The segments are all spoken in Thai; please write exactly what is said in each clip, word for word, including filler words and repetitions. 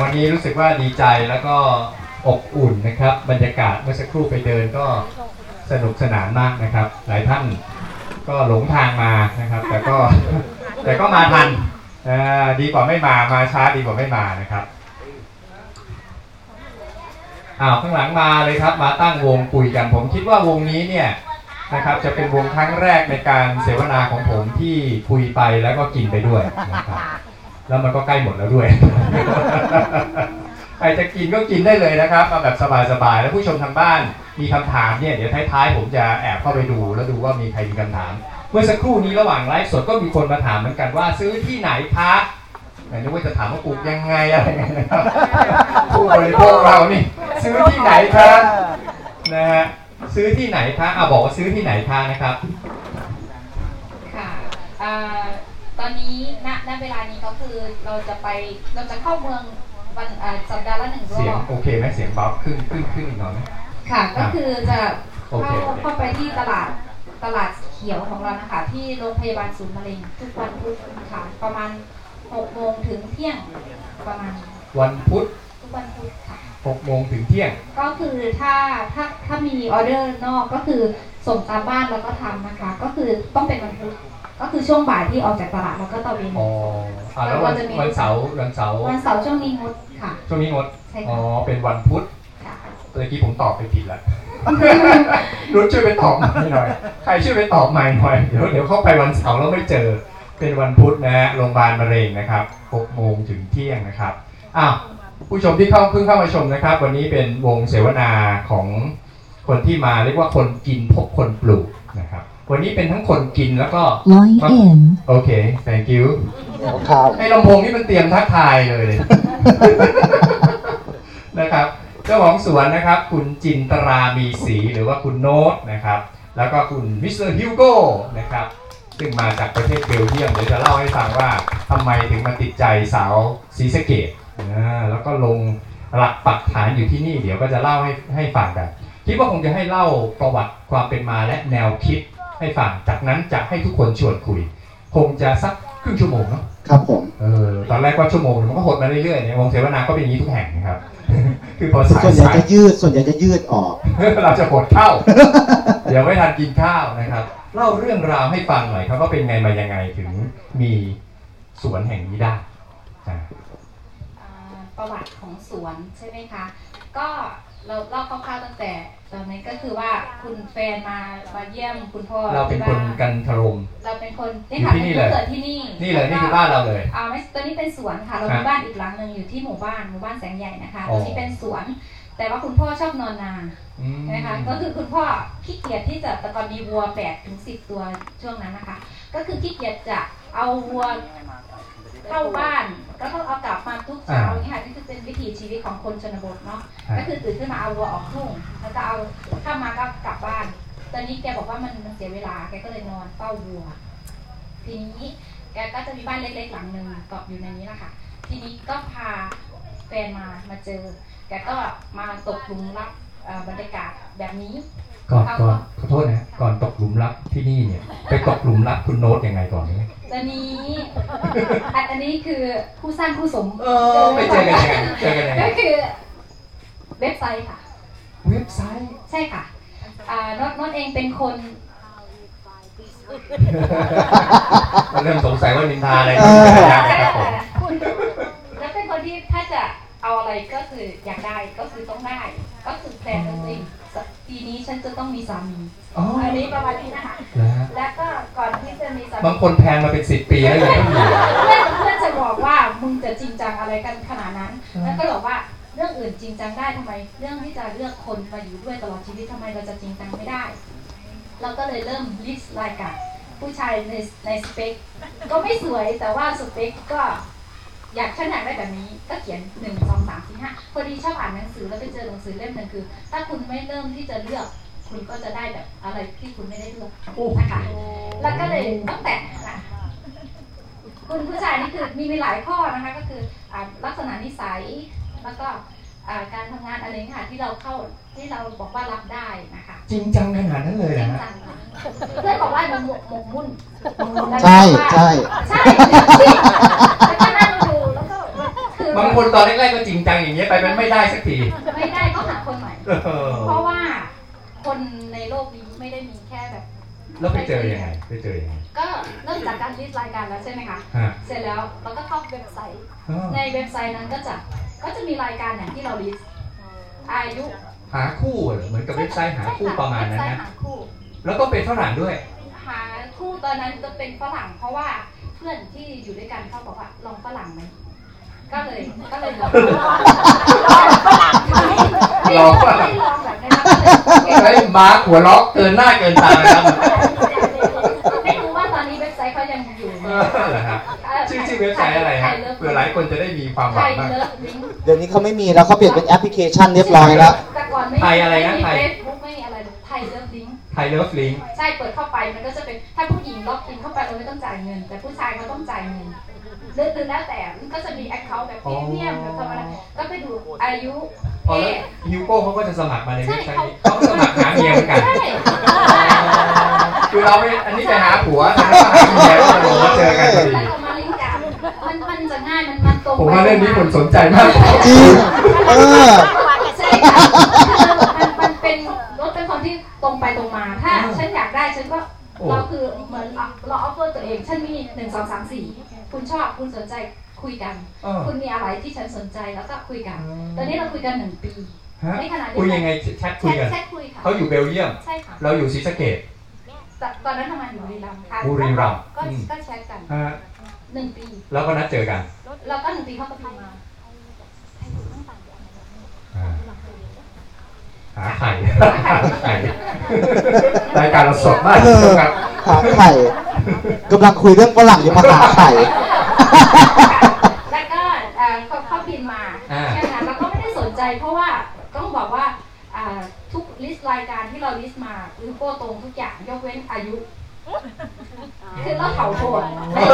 วันนี้รู้สึกว่าดีใจแล้วก็อบอุ่นนะครับบรรยากาศเมื่อสักครู่ไปเดินก็สนุกสนานมากนะครับหลายท่านก็หลงทางมานะครับแต่ก็แต่ก็มาทันดีกว่าไม่มามาช้าดีกว่าไม่มานะครับอ้าวข้างหลังมาเลยครับมาตั้งวงคุยกันผมคิดว่าวงนี้เนี่ยนะครับจะเป็นวงครั้งแรกในการเสวนาของผมที่คุยไปแล้วก็กินไปด้วยนะครับแล้วมันก็ใกล้หมดแล้วด้วยใครจะกินก็กินได้เลยนะครับมาแบบสบายๆแล้วผู้ชมทางบ้านมีคำถามเนี่ยเดี๋ยวท้ายๆผมจะแอบเข้าไปดูแล้วดูว่ามีใครมีคำถามเมื่อสักครู่นี้ระหว่างไลฟ์สดก็มีคนมาถามเหมือนกันว่าซื้อที่ไหนคะไม่รู้ว่าจะถามว่าปลูกยังไงอะไรนะครับผู้บริโภคเรานี่ซื้อที่ไหนคะนะฮะซื้อที่ไหนคะอ่ะบอกว่าซื้อที่ไหนคะนะครับค่ะตอนนี้ณณเวลานี้ก็คือเราจะไปเราจะเข้าเมืองวันสัปดาห์ละหนึ่งรอบเสียงโอเคไหมเสียงเบาขึ้นขึ้นขึ้นอีกหน่อยไหมค่ะก็คือจะเข้าเข้าไปที่ตลาดตลาดเขียวของเรานะคะที่โรงพยาบาลศูนย์มะเร็งทุกวันพุธค่ะประมาณหกโมงถึงเที่ยงประมาณวันพุธทุกวันพุธค่ะหกโมงถึงเที่ยงก็คือถ้าถ้าถ้ามีออเดอร์นอกก็คือส่งตามบ้านแล้วก็ทำนะคะก็คือต้องเป็นวันพุธก็คือช่วงบ่ายที่ออกจากตลาดแล้วก็ตะเวนอ๋อแล้ววันวันเสาร์วันเสาร์วันเสาร์ช่วงนี้งดค่ะช่วงนี้งดอ๋อเป็นวันพุธเมื่อกี้ผมตอบไปผิดแล้วรุ่นช่วยไปตอบใหม่หน่อยใครช่วยไปตอบใหม่หน่อยเดี๋ยวเดี๋ยวเข้าไปวันเสาร์แล้วไม่เจอเป็นวันพุธนะฮะโรงพยาบาลมะเร็งนะครับหกโมงถึงเที่ยงนะครับอ้าวผู้ชมที่เข้าเพิ่งเข้ามาชมนะครับวันนี้เป็นวงเสวนาของคนที่มาเรียกว่าคนกินพบคนปลูกนะครับวันนี้เป็นทั้งคนกินแล้วก็โอเค thank you ไอ้ลำโพงนี่มันเตรียมทักทายเลยนะครับเจ้าของสวนนะครับคุณจินตรามีศรีหรือว่าคุณโน้ตนะครับแล้วก็คุณมิสเตอร์ฮิวโก้นะครับซึ่งมาจากประเทศเบลเยียมเดี๋ยวจะเล่าให้ฟังว่าทำไมถึงมาติดใจสาวศรีสะเกษแล้วก็ลงหลักปักฐานอยู่ที่นี่เดี๋ยวก็จะเล่าให้ให้ฟังกันคิดว่าคงจะให้เล่าประวัติความเป็นมาและแนวคิดให้ฟังจากนั้นจะให้ทุกคนชวนคุยคงจะสักครึ่งชั่วโมงเนาะครับผมเออตอนแรกว่าชั่วโมงมันก็หดมาเรื่อยๆเนี่ยวงเสวนาก็เป็นอย่างนี้ทุกแห่งนะครับคือพอสายส่วนใหญ่จะยืดส่วนใหญ่จะยืดออกเราจะหดเข้าเดี๋ยวไม่ทันกินข้าวนะครับเล่าเรื่องราวให้ฟังหน่อยครับว่าเป็นไงมายังไงถึงมีสวนแห่งนี้ได้ประวัติของสวนใช่ไหมคะก็เราเล่าคร่าวๆตั้งแต่ตอนนี้ก็คือว่าคุณแฟนมามาเยี่ยมคุณพ่อเราเป็นคนกันทรมเราเป็นคนนี่ค่ะเกิดที่นี่นี่เลยนี่คือบ้านเราเลยอ่าไม่ตัวนี้เป็นสวนค่ะเรามีบ้านอีกหลังหนึ่งอยู่ที่หมู่บ้านหมู่บ้านแสงใหญ่นะคะตัวนี้เป็นสวนแต่ว่าคุณพ่อชอบนอนนานะคะก็คือคุณพ่อขี้เกียจที่จะแต่ก่อนมีวัวแปดถึงสิบตัวช่วงนั้นนะคะก็คือขี้เกียจจะเอาวัวเข้าบ้านก็ต้องเอากลับมาทุกเช้าอย่างนี้ค่ะนี่คือเป็นวิถีชีวิตของคนชนบทเนาะก็คือตื่นขึ้นมาเอาวัวออกทุ่งแล้วก็เอาเข้ามาก็กลับบ้านตอนนี้แกบอกว่ามันมันเสียเวลาแกก็เลยนอนเฝ้าวัวทีนี้แกก็จะมีบ้านเล็กๆหลังหนึ่งเกาะอยู่ในนี้แหละค่ะทีนี้ก็พาแฟนมามาเจอแกก็มาตกหลุมรักบรรยากาศแบบนี้ก่อนก่อนขอโทษนะก่อนตกหลุมรักที่นี่เนี่ยไปตกหลุมรักคุณโน้ตยังไงก่อนเนี่ยตอนนี้อันนี้คือผู้สร้างผู้สมเออไปเจอกันยังไงเจอกันยังไงก็คือเว็บไซต์ค่ะเว็บไซต์ใช่ค่ะโน้ตโน้ตเองเป็นคนเริ่มสงสัยว่านินทาอะไรนะครับผมแล้วเป็นคนที่ถ้าจะเอาอะไรก็คืออยากได้ก็คือต้องได้ก็คือแพลนตัวเองปีนี้ฉันจะต้องมีสามีอันนี้ประมาณนี้นะคะแล้วก็ก่อนที่จะมีสามีบางคนแพลนมาเป็นสิบปีแล้วยังไม่มีเพื่อนเพื่อนจะบอกว่ามึงจะจริงจังอะไรกันขนาดนั้นแล้วก็บอกว่าเรื่องอื่นจริงจังได้ทำไมเรื่องที่จะเลือกคนมาอยู่ด้วยตลอดชีวิตทำไมเราจะจริงจังไม่ได้เราก็เลยเริ่มลิสต์รายการผู้ชายในในสเปคก็ไม่สวยแต่ว่าสเปคก็อยากฉันอยากได้แบบนี้ก็เขียนหนึ่งสองสามสี่ห้าพอดีชอบอ่านหนังสือแล้วไปเจอหนังสือเล่มหนึ่งคือถ้าคุณไม่เริ่มที่จะเลือกคุณก็จะได้แบบอะไรที่คุณไม่ได้เลือกนะคะแล้วก็เลยต้องแต่งนะคุณผู้ชายนี่คือมีมีหลายข้อนะคะก็คือลักษณะนิสัยแล้วก็การทำงานอะไรค่ะที่เราเข้าที่เราบอกว่ารับได้นะคะจริงจังขนาดนั้นเลยนะเพื่อนบอกว่าหมกหมกมุ่นใช่ใช่ใช่แล้วก็นั่งดูแล้วก็คือบางคนตอนแรกๆก็จริงจังอย่างเงี้ยไปมันไม่ได้สักทีไม่ได้ก็หาคนใหม่ เพราะว่าคนในโลกนี้ไม่ได้มีแค่แบบแล้วไปเจอยังไงไปเจอยังไงก็เริ่มจากการลิสต์รายการแล้วใช่ไหมคะฮะเสร็จแล้วเราก็เข้าเว็บไซต์อ๋อในเว็บไซต์นั้นก็จะก็จะมีรายการอย่างที่เราลิสต์อายุหาคู่เหรอเหมือนกับเว็บไซต์หาคู่ประมาณนั้นเว็บไซนะต์หาคู่แล้วก็เป็นฝรั่งด้วยหาคู่ตอนนั้นจะเป็นฝรั่งเพราะว่าเพื่อนที่อยู่ด้วยกันเขาบอกว่าลองฝรั่งไหมก็เลยก็เลยลองฝรั่งไม่ลองฝรั่งไม่ลองแบบนั้นก็เลยไอ้มาร์คหัวล็อกเกินหน้าเกินตานะครับไม่รู้ว่าตอนนี้เว็บไซต์เขายังอยู่ไหมเออเหรอครับชื่อชื่อเว็บไซต์อะไรฮะเผื่อหลายคนจะได้มีความหไทวังยบ้างเลิฟลิงก์เดี๋ยวนี้เขาไม่มีแล้วเขาเปลี่ยนเป็นแอปพลิเคชันเรียบร้อยแล้วแต่ก่อนไม่ไทยอะไรนะไม่มีไทยเฟซบุ๊กไม่มีอะไรเลยไทยเลิฟลิงก์ไทยเลิฟลิงใช่เปิดเข้าไปมันก็จะเป็นถ้าผู้หญิงล็อกอินเข้าไปเราไม่ต้องจ่ายเงิน แต่ผู้ชายเขาต้องจ่ายเงินหรือหรือแล้วแต่มันก็จะมีแอคเคาท์แบบพรีเมียมแบบธรรมดาก็ไปดูอายุพอเพแล้วศฮิวโก้เขาก็จะสมัครมาในเว็บไซต์นี้เขาสมัครหาเมียเหมือนกันใช่คือเราไม่อันนี้ไปหาผัวแต่ไม่หาเมียก็มาเจอกันพอดีแล้วเอามาลิงก์กันมันมันจะง่ายมันมันตรงผมว่าเรื่องนี้คนสนใจมากจริง เออใช่ค่ะมันมันเป็นรถเป็นคนที่ตรงไปตรงมา ถ้าฉันอยากได้ฉันก็เราคือเหมือนเราออฟเฟอร์ตัวเอง ฉันมีหนึ่งสองสามสี่คุณชอบคุณสนใจคุยกันเออคุณมีอะไรที่ฉันสนใจแล้วก็คุยกัน ตอนนี้เราคุยกันหนึ่งปีฮะไม่ขนาดนี้คุยยังไงแชทแชคุยทกันแชทคุยค่ะเขาอยู่เบลเยียมใช่ค่ะเราอยู่ศรีสะเกษแต่ตอนนั้นทำงานอยู่บุรีรัมย์ค่ะบุรีรัมย์ก็อืมก็แชทกันฮะหนึ่งปีแล้วก็นัดเจอกันแล้วก็หนึ่งปีเขาก็พิมพ์มาอ่าหาไข่หาไข่รายการเราสดมากเออครับหาไข่กำลังคุยเรื่องฝรั่งอยู่มาหาไข่แล้วก็เอ่อเขาเขาพิมพ์มาอ่าแค่นั้นเราก็ไม่ได้สนใจ เพราะว่าต้องบอกว่าอ่าทุกลิสต์รายการที่เราลิสต์มาคือโก้ตรงทุกอย่างยกเว้นอายุ คือเราเถาโถด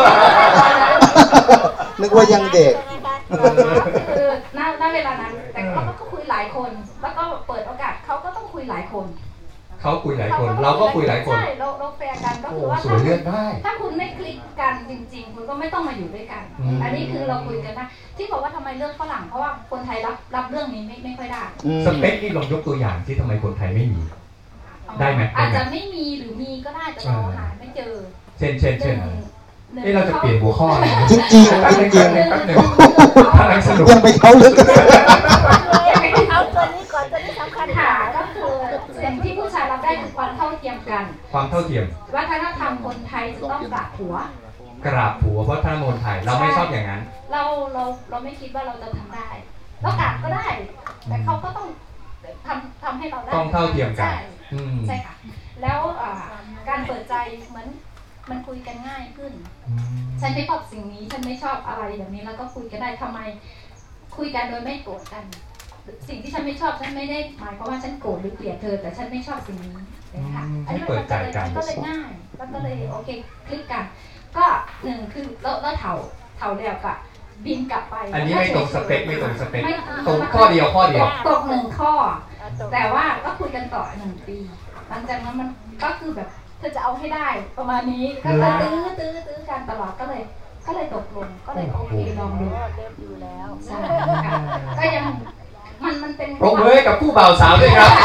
นึกว่ายังเด็กคือณณเวลานั้น แต่เราก็คุยหลายคน แล้วก็เปิดโอกาสเขาก็ต้องคุยหลายคนเขาคุยหลายคน เราก็คุยหลายคนใช่เราเราแฟร์กันก็โอ้คือว่าสวยเลือกได้ถ้าคุณไม่คลิกกันจริงๆ คุณก็ไม่ต้องมาอยู่ด้วยกันอืมอันนี้คือเราคุยกันนะที่บอกว่าทำไมเลือกฝรั่งเพราะว่าคนไทยรับรับเรื่องนี้ไม่ไม่ค่อยได้อืมสเปคนี่ลองยกตัวอย่างที่ทำไมคนไทยไม่มี ได้ไหมได้ไหมอาจจะไม่มีหรือมีก็ได้แต่เราหาไม่เจอเช่นเช่นหเช่นึ่นงอะไรหนึ่งเอ้เราจะเปลี่ยนหัวข้อเลยนะจริงแป๊บๆนึจงริแป๊งบนึงแป๊บนึงกำลังสนุกๆยังไปเข้าลึกกันเอาตัวนี้ก่อนตัวนี้สำคัญค่ะก็คือสิ่งที่ผู้ชายรับได้คือความเท่าเทียมกันความเท่าเทียมวัฒนธรรมคนไทยจะต้องกราบหัวกราบผัวเพราะถ้ามนไทย เราไม่ชอบอย่างนั้นเราเราเราไม่คิดว่าเราจะทำได้เรากราบก็ได้ แต่เขาก็ต้องทำทำให้เราได้ต้องเท่าเทียมกันใช่อืมใช่ค่ะ แล้วอ่าการเปิดใจเหมือนมันคุยกันง่ายขึ้นอืมฉันไม่ชอบสิ่งนี้ ฉันไม่ชอบอะไรแบบนี้แล้วก็คุยกันได้ทำไม คุยกันโดยไม่โกรธกัน สิ่งที่ฉันไม่ชอบฉันไม่ได้หมายความว่าฉันโกรธหรือเกลียดเธอ แต่ฉันไม่ชอบสิ่งนี้นะคะอันนี้มันก็เลยมันก็เลยง่ายแล้วก็เลยโอเคคลิกกัน ก็หนึ่งคือแล้วแล้วเถาเถาแล้วก็บินกลับไปอันนี้ไม่ตรงสเปคไม่ตรงสเปคไม่ตรงข้อเดียวข้อเดียวตกหนึ่งข้อ แต่ว่าก็คุยกันต่อหนึ่งปี หลังจากนั้นมันก็คือแบบเธอจะเอาให้ได้ประมาณนี้ก็เลยตื้อตื้อตื้อกันตลอดก็เลย ก็เลยตกลงก็เลยโอเคลองดูเริ่มอยู่แล้วใช่ค่ะก็ยังมันมันเป็นปรบมือให้กับผู้บ่าวสาวด้วยครับ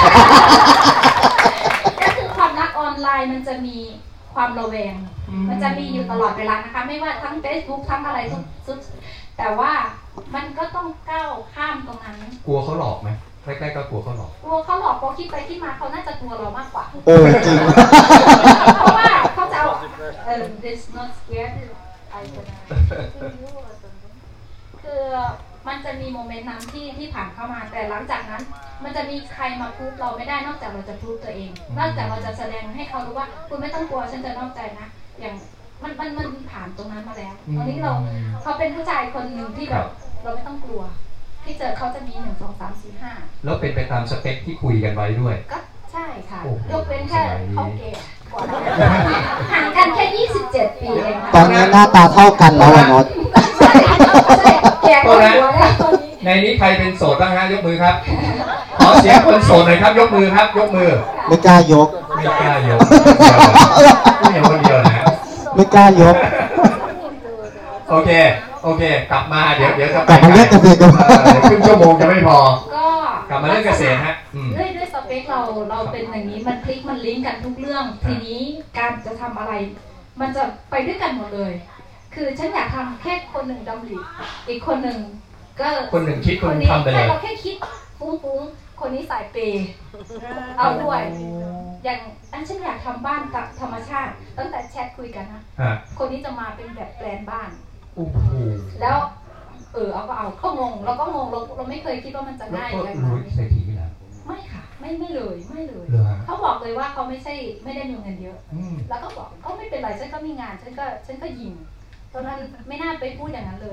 ก็คือความรักออนไลน์มันจะมีความระแวง มันจะมีอยู่ตลอดเวลานะคะ ไม่ว่าทั้ง Facebook ทั้งอะไรทุกทุกแต่ว่ามันก็ต้องก้าวข้ามตรงนั้นกลัวเขาหลอกไหมแรกๆก็กลัวเขาหลอกกลัวเขาหลอกเพราะคิดไปคิดมาเขาน่าจะกลัวเรามากกว่าเออจริงเพราะว่าเขาจะเอาเออ this not scared I gonna คือมันจะมีโมเมนต์นั้นที่ที่ผ่านเข้ามา แต่หลังจากนั้น มันจะมีใครมาพูดเราไม่ได้นอกจากเราจะพูดตัวเอง นอกจากเราจะแสดงให้เขารู้ว่าคุณไม่ต้องกลัวฉันจะนอกใจนะ อย่างมันมันมันผ่านตรงนั้นมาแล้ว ตอนนี้เราเขาเป็นผู้ชายคนหนึ่งที่แบบเราไม่ต้องกลัว ที่เจอเขาจะมีหนึ่งสองสามสี่ห้าแล้วเป็นไปตามสเปคที่คุยกันไว้ด้วยก็ใช่ค่ะโอ้โหยกเว้นแค่เขาเกย์กว่าเราห่างกันแค่ยี่สิบเจ็ดปีเองค่ะตอนนี้หน้าตาเท่ากันแล้วอะโนตใช่ใช่แก่กว่าหัวแล้วตอนนี้ในนี้ใครเป็นโสดบ้างฮะยกมือครับ ขอเสียงคนโสดหน่อยครับ ยกมือครับ ยกมือไม่กล้ายกไม่กล้ายกไม่อย่างคนเดียวนะไม่กล้ายกโอเคโอเค กลับมาเดี๋ยวเดี๋ยวจะกลับมาเรื่องเกษตรกันเออเดี๋ยวครึ่งชั่วโมงจะไม่พอก็กลับมาเรื่องเกษตรฮะอืมด้วยด้วยสเปคเราเราเป็นอย่างนี้มันคลิกมันลิงก์กันทุกเรื่อง ทีนี้การจะทำอะไร มันจะไปด้วยกันหมดเลย คือฉันอยากทำแค่คนหนึ่งดำริอีกคนหนึ่งก็คนหนึ่งคิดคนหนึ่งทำไปเลใช่ยเราแค่คิดฟุ้งๆคนนี้สายเปย์เอาด้วย อย่างอันฉันอยากทำบ้านกับธรรมชาติ ตั้งแต่แชทคุยกันนะฮะคนนี้จะมาเป็นแบบแปลนบ้านโอ้โหแล้วเออเอาก็เอาก็งงเราก็งงเราเราไม่เคยคิดว่ามันจะแล้วง่ายก็เลยรวยเศรษฐีนะไม่ค่ะ ไม่ไม่เลยไม่เลยเหรอฮะเขาบอกเลยว่าเขาไม่ใช่ไม่ได้มีเงินเยอะอืมแล้วก็บอกก็ไม่เป็นไรฉันก็มีงานฉันก็ฉันก็ยิงตอนนั้นไม่น่าไปพูดอย่างนั้นเลย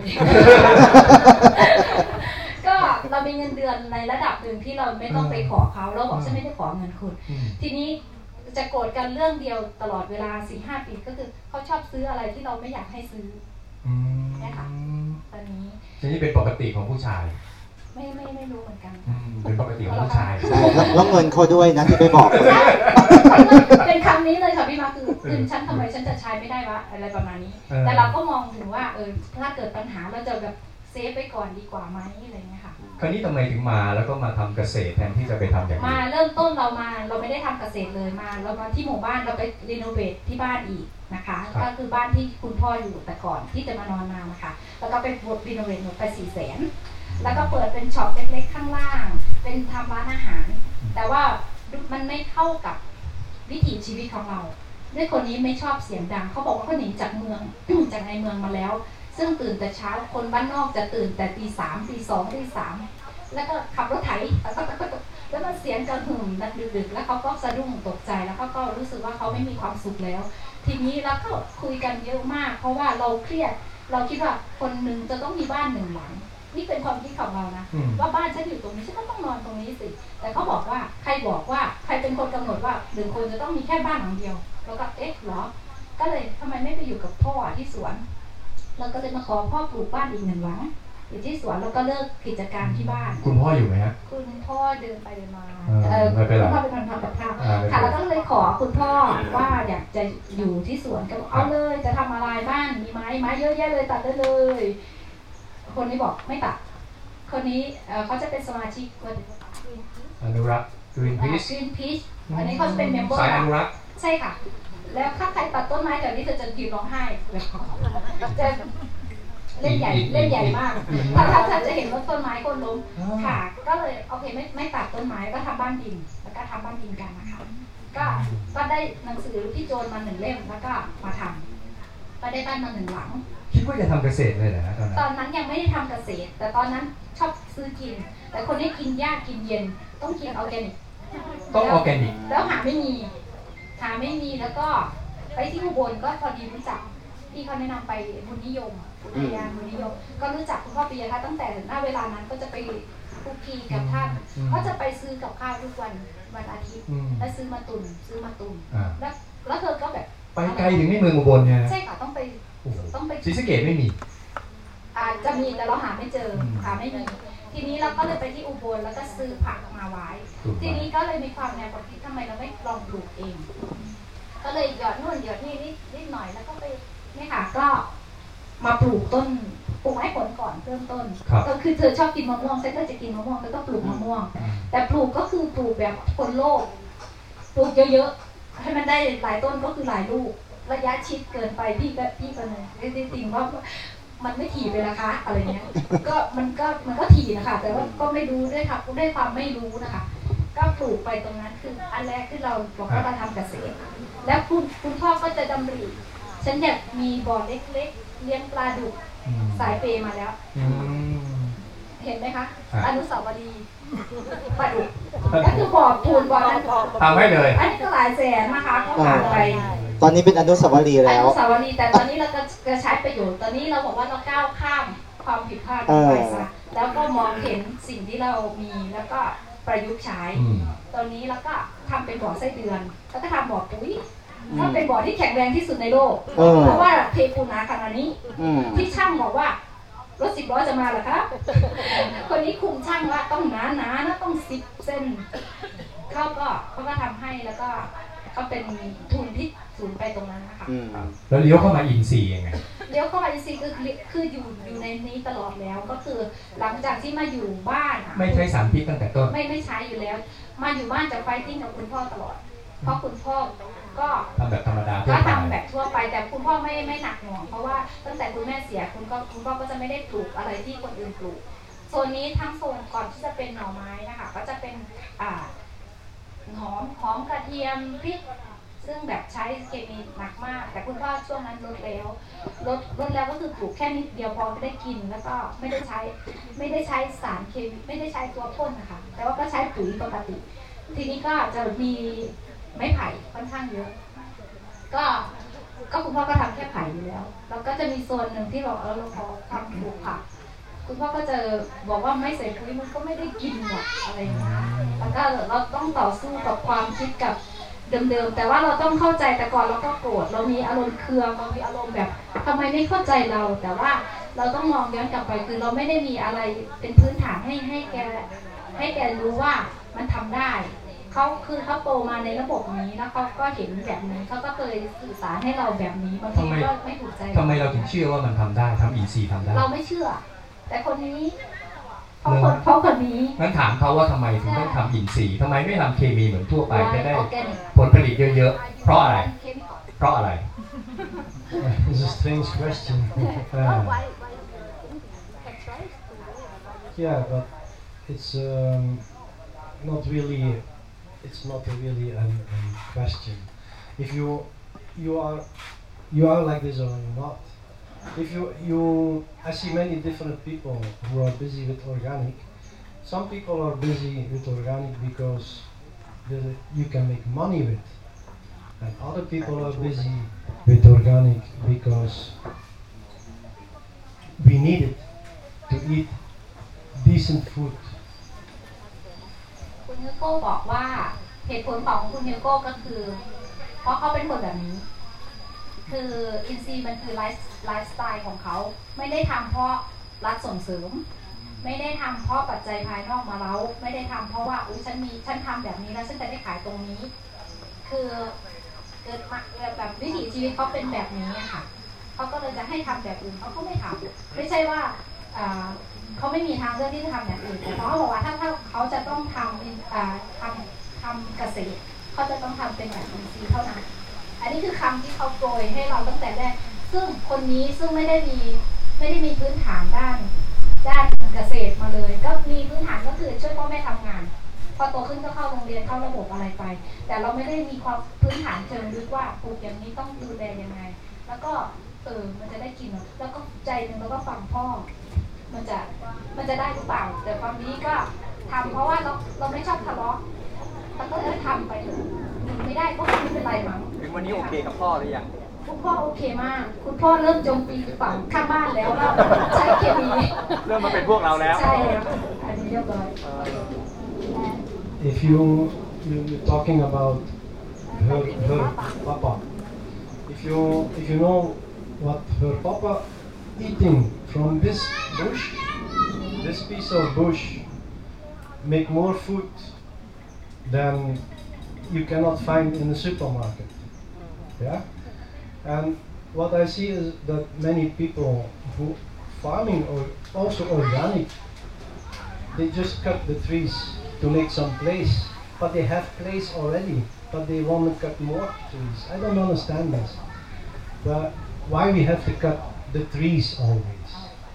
ก็เรามีเงินเดือนในระดับหนึ่งที่เราไม่ต้องไปขอเขาเราบอกฉันไม่ได้ขอเงินคุณอืมทีนี้จะโกรธกันเรื่องเดียวตลอดเวลาสี่ห้าปีก็คือเขาชอบซื้ออะไรที่เราไม่อยากให้ซื้ออืมเนี่ยค่ะ ตอนนี้ทีนี้เป็นปกติของผู้ชายไม่ไม่ไม่รู้เหมือนกันอืมเป็นปกติของผู้ชายใช่แล้วแล้วเงินเขาด้วยนะที่ไปบอกคนใช่เป็นคำนี้เลยค่ะพี่มาคือคือฉันทำไมฉันจะใช้ไม่ได้วะอะไรประมาณนี้เออแต่เราก็มองถึงว่าเออถ้าเกิดปัญหาเราจะแบบเซฟไปก่อนดีกว่าไหมอะไรเงี้ยค่ะคราวนี้ทำไมถึงมาแล้วก็มาทำเกษตรแทนที่จะไปทำอย่างมาอื่นเริ่มต้นเรามาเราไม่ได้ทำเกษตรเลยมาเรามาที่หมู่บ้านเราไปรีโนเวทที่บ้านอีกนะคะ ก็คือบ้านที่คุณพ่ออยู่แต่ก่อนที่จะมานอนมานะคะแล้วก็ไปรีโนเวทหมดไปสี่แสนแล้วก็เปิดเป็นช็อปเล็กๆข้างล่าง เป็นทำร้านอาหาร แต่ว่ามันไม่เข้ากับวิถีชีวิตของเราด้วยคนนี้ไม่ชอบเสียงดังเขาบอกว่าเขาหนีจากเมือง จากในเมืองมาแล้ว ซึ่งตื่นแต่เช้าคนบ้านนอกจะตื่นแต่ตีสามตีสองตีสามแล้วก็ขับรถไถแล้วมันเสียงกระหึ่มดังดึกๆแล้วเขาก็สะดุ้งตกใจแล้วเขาก็รู้สึกว่าเขาไม่มีความสุขแล้ว ทีนี้เราก็คุยกันเยอะมาก เพราะว่าเราเครียดเราคิดว่าคนหนึ่งจะต้องมีบ้านหนึ่งหลังนี่เป็นความคิดของเรานะอืมว่าบ้านฉันอยู่ตรงนี้ฉันก็ต้องนอนตรงนี้สิแต่เขาบอกว่าใครบอกว่าใครเป็นคนกำหนดว่าหนึ่งคนจะต้องมีแค่บ้านหลังเดียวแล้วก็เอ๊ะเหรอก็เลยทำไมไม่ไปอยู่กับพ่อที่สวนเราก็เลยมาขอพ่อปลูกบ้านอีกหนึ่งหลังอยู่ที่สวนแล้วก็เลิกกิจการที่บ้านคุณพ่ออยู่ไหมฮะคุณพ่อเดินไปเดินมาเออเออไม่เป็นไรคุณพ่อเป็นคนทำกับข้าวอ่าไม่เป็นไรค่ะแล้วก็เลยขอคุณพ่อว่าอยากจะอยู่ที่สวนก็บอกเอาเลยจะทำอะไรบ้านมีไม้ไม้เยอะแยะเลยตัดได้เลย คนนี้บอกไม่ตัดคนนี้เอ่อเขาจะเป็นสมาชิกกอนุรักษ์ Greenpeace รีนพีชอันนี้เขาจะเป็นเมมเบอร์สายอนุรักษ์ใช่ค่ะ แล้วถ้าใครตัดต้นไม้แถวนี้เธอจะยืนร้องไห้แบบจะเล่นใหญ่เล่นใหญ่มากถ้าถ้าถ้าจะเห็นว่าต้นไม้คนล้มค่ะ ก็เลยโอเคไม่ไม่ตัดต้นไม้ก็ทำบ้านดินแล้วก็ทำบ้านดินกันนะคะก็ก็ได้หนังสือพี่โจนมาหนึ่งเล่มแล้วก็มาทำก็ได้บ้านมาหนึ่งหลังคิดว่าจะทำเกษตรเลยเหรอฮะตอนนั้นตอนนั้นยังไม่ได้ทำเกษตร แต่ตอนนั้นชอบซื้อกิน แต่คนนี้กินยากกินเย็นต้องกินออร์แกนิกต้องออร์แกนิกแล้วหาไม่มีหาไม่มีแล้วก็ไปที่อุบลก็พอดีรู้จักพี่เขาแนะนำไปบุญนิยมอุทยานบุญนิยม ก็รู้จักคุณพ่อปิยทัศน์ตั้งแต่หน้าเวลานั้นก็จะไปคุกคีกับท่านอืมก็จะไปซื้อกับข้าวทุกวันวันอาทิตย์อืมแล้วซื้อมาตุนซื้อมาตุนอ่าแล้วแล้วเธอก็แบบไปไกลถึงในเมืองอุบลเนี่ยนะใช่ค่ะต้องไปโอ้โหต้องไปศรีสะเกษไม่มีอาจจะมีแต่เราหาไม่เจออืมหาไม่มี ทีนี้เราก็เลยไปที่อุบลแล้วก็ซื้อผักมาไว้ถูกทีไหมนี้ก็เลยมีความแนวความคิดทำไมเราไม่ลองปลูกเอง ก็เลยหยอดนู่นหยอดนี่นิดนิดหน่อยแล้วก็ไปนี่ค่ะก็มาปลูกต้นปลูกไม้ผลก่อนเริ่มต้นครับก็คือเธอชอบกินมะม่วงฉันก็จะกินมะม่วงเธอก็ปลูกมะม่วง แต่ปลูกก็คือปลูกแบบคนโลกปลูกเยอะๆให้มันได้หลายต้นก็คือหลายลูกระยะชิดเกินไปพี่ก็พี่ก็เลยได้ได้ติงว่ามันไม่ถี่ไปนะคะอะไรเงี้ยก็มันก็มันก็ถี่นะคะแต่ว่าก็ไม่รู้ด้วยค่ะด้วยความไม่รู้นะคะ ก็ปลูกไปตรงนั้นคืออันแรกคือเราบอกว่าเราทำเกษตร แล้วคุณคุณพ่อก็จะดำริฉันอยากมีบ่อเล็กๆเลี้ยงปลาดุกอืมสายเปมาแล้วอืมเห็นไหมคะอ่ะอนุสาวรีย์ปลาดุกก็คือบ่อปูนบ่อนั้นทำให้เลยอันนี้ก็หลายแสนนะคะก็ผ่านไปตอนนี้เป็นอนุสาวรีย์อแล้วนุสาวรีย์แต่ตอนนี้เราก็จะใช้ประโยชน์ตอนนี้เราบอกว่าเราก้าวข้ามความผิดพลาดไปซะแล้วก็มองเห็นสิ่งที่เรามีแล้วก็ประยุกต์ใช้อืมตอนนี้เราก็ทำเป็นบ่อไส้เดือน แล้วก็ทำบ่อปุ๋ยถ้าเป็นบ่อที่แข็งแรงที่สุดในโลกเออเพราะว่าเทปูนหนาขนาดนี้อืมที่ช่างบอกว่ารถสิบล้อจะมาเหรอครับ คนนี้คุมช่างว่าต้องหนาหนานะต้องสิบเซนเขาก็เขาก็ทำให้แล้วก็ก็เป็นทุนที่สูญไปตรงนั้นนะคะอืมแล้วเลี้ยวเข้ามาอินซีย์ยังไงลี้ยวเข้ามาอินทรีย์คือคืออยู่อยู่ในนี้ตลอดแล้วก็คือหลังจากที่มาอยู่บ้านไม่ใช้สารพิษตั้งแต่ต้นไม่ไม่ใช้อยู่แล้ว มาอยู่บ้านจะไฟติ้งกับคุณพ่อตลอดเพราะคุณพ่อก็ทำแบบธรรมดาก็ทำแบบทั่วไปแต่คุณพ่อไม่ไม่หนักหน่วงเพราะว่าตั้งแต่คุณแม่เสียคุณก็คุณพ่อก็จะไม่ได้ปลูกอะไรที่คนอื่นปลูกโซนนี้ทั้งโซนก่อนที่จะเป็นหน่อไม้นะคะก็จะเป็นอ่าหอมหอมกระเทียมพริกซึ่งแบบใช้เคมีหนักมากแต่คุณพ่อช่วงนั้นลดแล้วลดลดแล้วก็คือปลูกแค่นิดเดียวพอไม่ได้กินแล้วก็ไม่ได้ใช้ไม่ได้ใช้สารเคมีไม่ได้ใช้ตัวพ่นนะคะแต่ว่าก็ใช้ปุ๋ยปกติทีนี้ก็จะมีไม้ไผ่ค่อนข้างเยอะก็ก็คุณพ่อก็ทำแค่ไผ่อยู่แล้วแล้วก็จะมีโซนหนึ่งที่เราเออเราขอทำปลูกผักคุณพ่อก็จะบอกว่าไม่ใส่ปุ๋ยมันก็ไม่ได้กินหรอกอะไรอย่างเงี้ยแล้วก็เราต้องต่อสู้กับความคิดกับเดิมๆแต่ว่าเราต้องเข้าใจแต่ก่อนเราก็โกรธเรามีอารมณ์เคืองเรามีอารมณ์แบบทำไมไม่เข้าใจเราแต่ว่าเราต้องมองย้อนกลับไปคือเราไม่ได้มีอะไรเป็นพื้นฐานให้ให้แกให้แกรู้ว่ามันทำได้เขาคือเขาโตมาในระบบนี้แล้วเขาก็เห็นแบบนี้เขาก็เคยสื่อสารให้เราแบบนี้บางทีก็ไม่ถูกใจทำไมเราถึงเชื่อว่ามันทำได้ทำอินทรีย์ทำได้เราไม่เชื่อแต่คนนี้เพราะคนเพราะคนนี้งั้นถามเขาว่าทำไมถึงต้องทำอินทรีย์ทำไมไม่ทำเคมีเหมือนทั่วไปจะได้ผลผลิตเยอะๆเพราะอะไรเพราะอะไร It's a strange question. uh, yeah, but it's um, not really. It's not a really a um, um, question. If you you are you are like this or you're not. If you you I see many different people who are busy with organic. Some people are busy with organic because the, you can make money with, and other people are busy with organic because we need it to eat decent food. คุณฮิวโก้บอกว่าเหตุผลของคุณฮิวโก้ก็คือเพราะเขาเป็นคนแบบนี้คืออินซีมันคือไลฟ์ไลฟ์สไตล์ของเขาไม่ได้ทำเพราะรัฐส่งเสริมไม่ได้ทำเพราะปัจจัยภายนอกมาเล้าไม่ได้ทำเพราะว่าอุ้ยฉันมีฉันทำแบบนี้แล้วฉันจะได้ขายตรงนี้คือเกิดมาแบบวิถีชีวิตเขาเป็นแบบนี้ค่ะเขาก็เลยจะให้ทำแบบอื่นเขาก็ไม่ทำไม่ใช่ว่าเขาไม่มีทางเลือกที่จะทำอย่างอื่นแต่เขาบอกว่าถ้าถ้าเขาจะต้องทำทำทำเกษตรเขาจะต้องทำเป็นแบบอินทรีย์เท่านั้นอันนี้คือคำที่เขาโปรยให้เราตั้งแต่แรกซึ่งคนนี้ซึ่งไม่ได้มีไม่ได้มีพื้นฐานด้านด้านเกษตรมาเลยก็มีพื้นฐานก็คือช่วยพ่อแม่ทำงานพอโตขึ้นก็เข้าโรงเรียนเข้าระบบอะไรไปแต่เราไม่ได้มีความพื้นฐานเชิงลึกว่าปลูกอย่างนี้ต้องดูแลยังไงแล้วก็เออมันจะได้กินแล้วก็ใจหนึ่งแล้วก็ฟังพ่อมันจะมันจะได้หรือเปล่าแต่ความนี้ก็ทำเพราะว่าเราเราไม่ชอบทะเลาะแล้วก็เออทำไปเถอะไม่ได้ก็ไม่เป็นไรมั้งถึงวันนี้โอเคกับพ่อหรือยังคุณพ่อโอเคมากคุณพ่อเริ่มโจมตีฝั่งข้างบ้านแล้วว่าใช้เคมีเริ่มมาเป็นพวกเราแล้วใช่แล้วอันนี้เรียบร้อย If you you're talking about her her papa, if you if you know what her papa eating from this bush, this piece of bush make more food than you cannot find in the supermarket. Yeah, and what I see is that many people who farming or also organic, they just cut the trees to make some place, but they have place already, but they want to cut more trees. I don't understand this, but why we have to cut the trees always?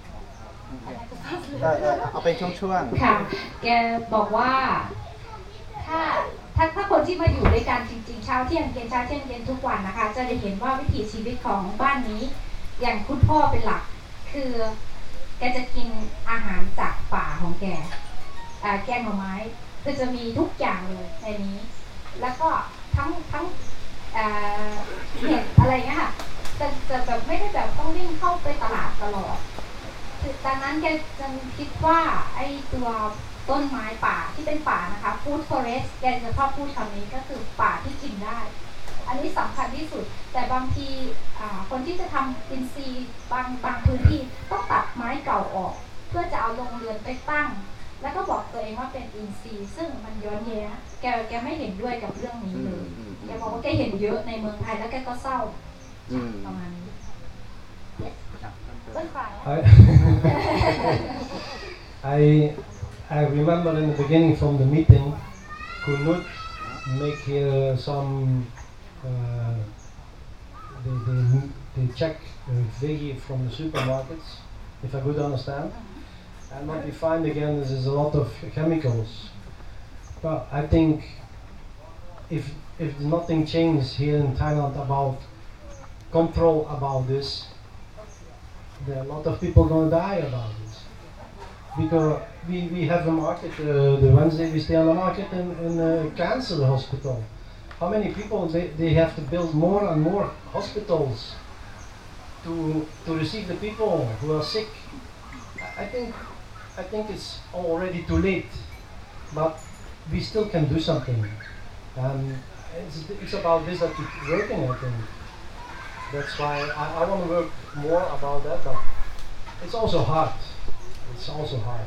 เอาไปช่วงๆค่ะแกบอกว่าถ้าถ้าถ้าคนที่มาอยู่ด้วยกันจริงๆเช้าเที่ยงเย็นเช้าเที่ยงเย็นทุกวันนะคะจะได้เห็นว่าวิถีชีวิตของบ้านนี้อย่างคุณพ่อเป็นหลักคือแกจะกินอาหารจากป่าของแกแกงหน่อไม้คือจะมีทุกอย่างเลยในนี้แล้วก็ทั้งทั้งเห็ดอะไรเงี้ยค่ะจะจะแบบไม่ได้แบบต้องวิ่งเข้าไปตลาดตลอดดังนั้นแกจะคิดว่าไอ้ตัวต้นไม้ป่าที่เป็นป่านะคะ food forest แกจะชอบพูดคำนี้ก็คือป่าที่กินได้อันนี้สำคัญที่สุดแต่บางทีคนที่จะทำอินทรีย์บางบางพื้นที่ต้องตัดไม้เก่าออกเพื่อจะเอาโรงเรือนไปตั้งแล้วก็บอกตัวเองว่าเป็นอินทรีย์ซึ่งมันย้อนแย้งแกแกไม่เห็นด้วยกับเรื่องนี้เลยแกบอกว่าแกเห็นเยอะในเมืองไทยแล้วแกก็เศร้าประมาณนี้ I, I I remember in the beginning from the meeting, Kunut make uh, some uh, they, they, they check uh, veggie from the supermarkets, if I could understand. And what we find again is there's a lot of chemicals. But I think if if nothing changes here in Thailand about control about this, there are a lot of people gonna die about this. Because we, we have a market, uh, the Wednesday we stay on the market in, in a cancer hospital. How many people they, they have to build more and more hospitals to to receive the people who are sick. I think I think it's already too late, but we still can do something. And it's, it's about this that we're working, I think. That's why I, I want to work more about that, but it's also hard. It's also hard.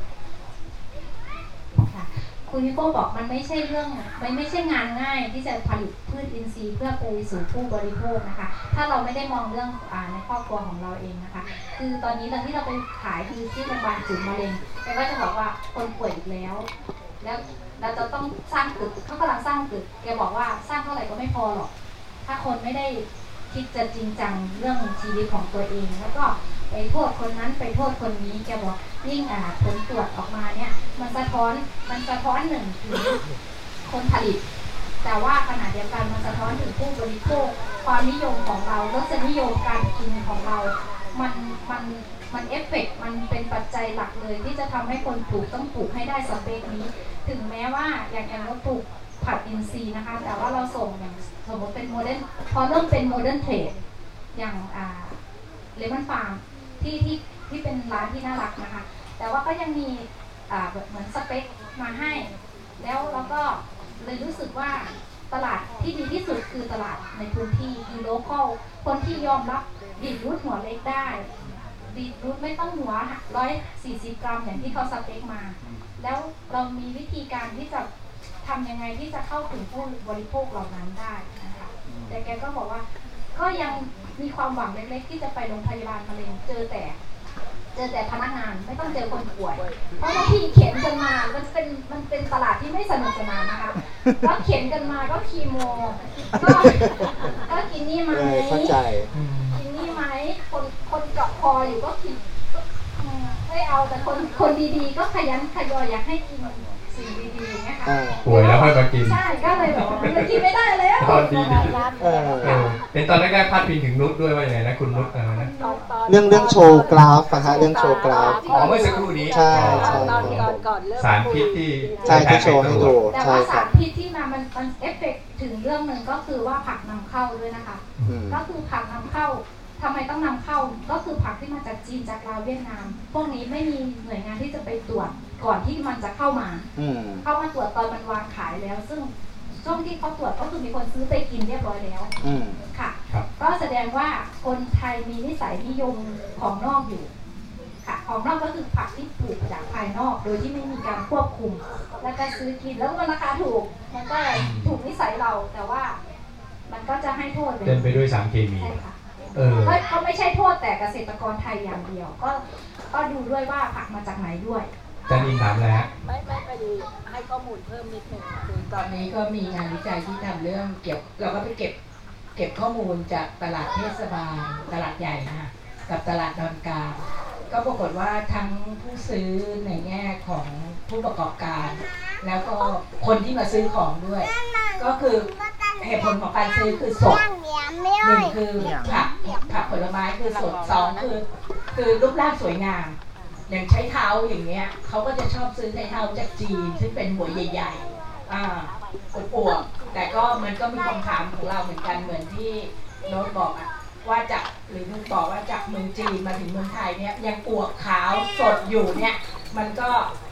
ค่ะคุณฮิโก้บอกมันไม่ใช่เรื่องมันไม่ใช่งานง่ายที่จะผลิตพืชอินทรีย์เพื่อไปสู่ผู้บริโภคนะคะถ้าเราไม่ได้มองเรื่องอ่าในครอบครัวของเราเองนะคะคือตอนนี้เราที่เราไปขายคือที่โรงพยาบาลศูนย์มะเร็งแกก็จะบอกว่าคนป่วยอีกแล้ว แล้วเราจะต้องสร้างตึกเขากำลังสร้างตึกแกบอกว่าสร้างเท่าไหร่ก็ไม่พอหรอกถ้าคนไม่ได้คิดจะจริงจังเรื่องชีวิตของตัวเองแล้วก็ไปโทษคนนั้นไปโทษคนนี้แกบอกยิ่งอ่าผลตรวจออกมาเนี่ยมันสะท้อนมันสะท้อนหนึ่งถึงคนผลิตแต่ว่าขณะเดียวกันมันสะท้อนถึงผู้บริโภคความนิยมของเรารสนิยมการกินของเรามันมันมันเอฟเฟกต์มันเป็นปัจจัยหลักเลยที่จะทำให้คนปลูกต้องปลูกให้ได้สเปคนี้ถึงแม้ว่าอย่างอย่างเราปลูกผักอินทรีย์นะคะแต่ว่าเราส่งอย่างสมมติเป็นโมเดิร์นพอเริ่มเป็นโมเดิร์นเทรดอย่างอ่าเลมอนฟาร์มที่ที่ที่เป็นร้านที่น่ารักนะคะแต่ว่าก็ยังมีอ่าเหมือนสเปคมาให้แล้วเราก็เลยรู้สึกว่าตลาดที่ดีที่สุดคือตลาดในพื้นที่คือโลคอลคนที่ยอมรับบีทรูทหัวเล็กได้บีทรูทไม่ต้องหัวหนึ่งร้อยสี่สิบกรัมอย่างที่เขาสเปคมาแล้วเรามีวิธีการที่จะทำยังไงที่จะเข้าถึงผู้บริโภคเหล่านั้นได้นะคะแต่แกก็บอกว่าก็ยังมีความหวังเล็กๆที่จะไปโรงพยาบาลมะเร็งเจอแต่เจอแต่พนักงานไม่ต้องเจอคนป่วยเพราะว่าที่เข็นกันมามันเป็นมันเป็นตลาดที่ไม่สนุกสนานนะคะก็เข็นกันมาก็คีโมก็ก็กินนี่ไหมเข้าใจกินนี่ไหมคนคนเจาะคออยู่ก็กินไม่เอาแต่คนคนดีๆก็ขยันขยอยอยากให้กินสิ่งดีๆอย่างเงี้ยค่ะป่วยแล้วค่อยมากินใช่ก็เลยบอกว่ามันกินไม่ได้แล้วตอนดีดีเป็นตอนแรกๆพาดพิงถึงนุชด้วยว่าอย่างไรนะคุณนุชอะไรนะเรื่องเรื่องโชว์กราฟนะฮะเรื่องโชว์กราฟอ๋อเมื่อสักครู่นี้ใช่ใช่สารพิษที่ใช่ที่โชว์ให้ดูแต่ว่าสารพิษที่มามันมันเอฟเฟกต์ถึงเรื่องหนึ่งก็คือว่าผักนำเข้าด้วยนะคะก็คือผักนำเข้าทำไมต้องนำเข้าก็คือผักที่มาจากจีนจากลาวเวียดนามพวกนี้ไม่มีหน่วยงานที่จะไปตรวจก่อนที่มันจะเข้ามาเข้ามาตรวจตอนมันวางขายแล้วซึ่งช่วงที่เขาตรวจก็คือมีคนซื้อไปกินเรียบร้อยแล้วค่ะก็แสดงว่าคนไทยมีนิสัยนิยมของนอกอยู่ค่ะของนอกก็คือผักที่ปลูกจากภายนอกโดยที่ไม่มีการควบคุมแล้วก็ซื้อกินแล้วมันราคาถูกมันก็ถูกนิสัยเราแต่ว่ามันก็จะให้โทษเต็มไปด้วยสารเคมีก็ไม่ใช่โทษแต่เกษตรกรไทยอย่างเดียวก็ก็ดูด้วยว่าผักมาจากไหนด้วยจะนินถามแล้วไม่ไม่ไปดูให้ข้อมูลเพิ่มนิดนึงคือตอนนี้ก็มีงานวิจัยที่ทำเรื่องเก็บเราก็ไปเก็บเก็บข้อมูลจากตลาดเทศบาลตลาดใหญ่นะกับตลาดดอนกลางก็ปรากฏว่าทั้งผู้ซื้อในแง่ของผู้ประกอบการแล้วก็คนที่มาซื้อของด้วยก็คือเหตุผลของการซื้อคือสดหนึ่งคือผักผักผลไม้คือสดสองคือคือรูปร่างสวยงามอย่างใช้เท้าอย่างเงี้ยเขาก็จะชอบซื้อใช้เท้าจากจีนซึ่งเป็นหัวใหญ่ๆอ่าอวบๆแต่ก็มันก็มีคำถามของเราเหมือนกันเหมือนที่โน้ตบอกอะว่าจากหรือนุ้งบอกว่าจากเมืองจีนมาถึงเมืองไทยเนี่ยยังอวบขาวสดอยู่เนี่ยมันก็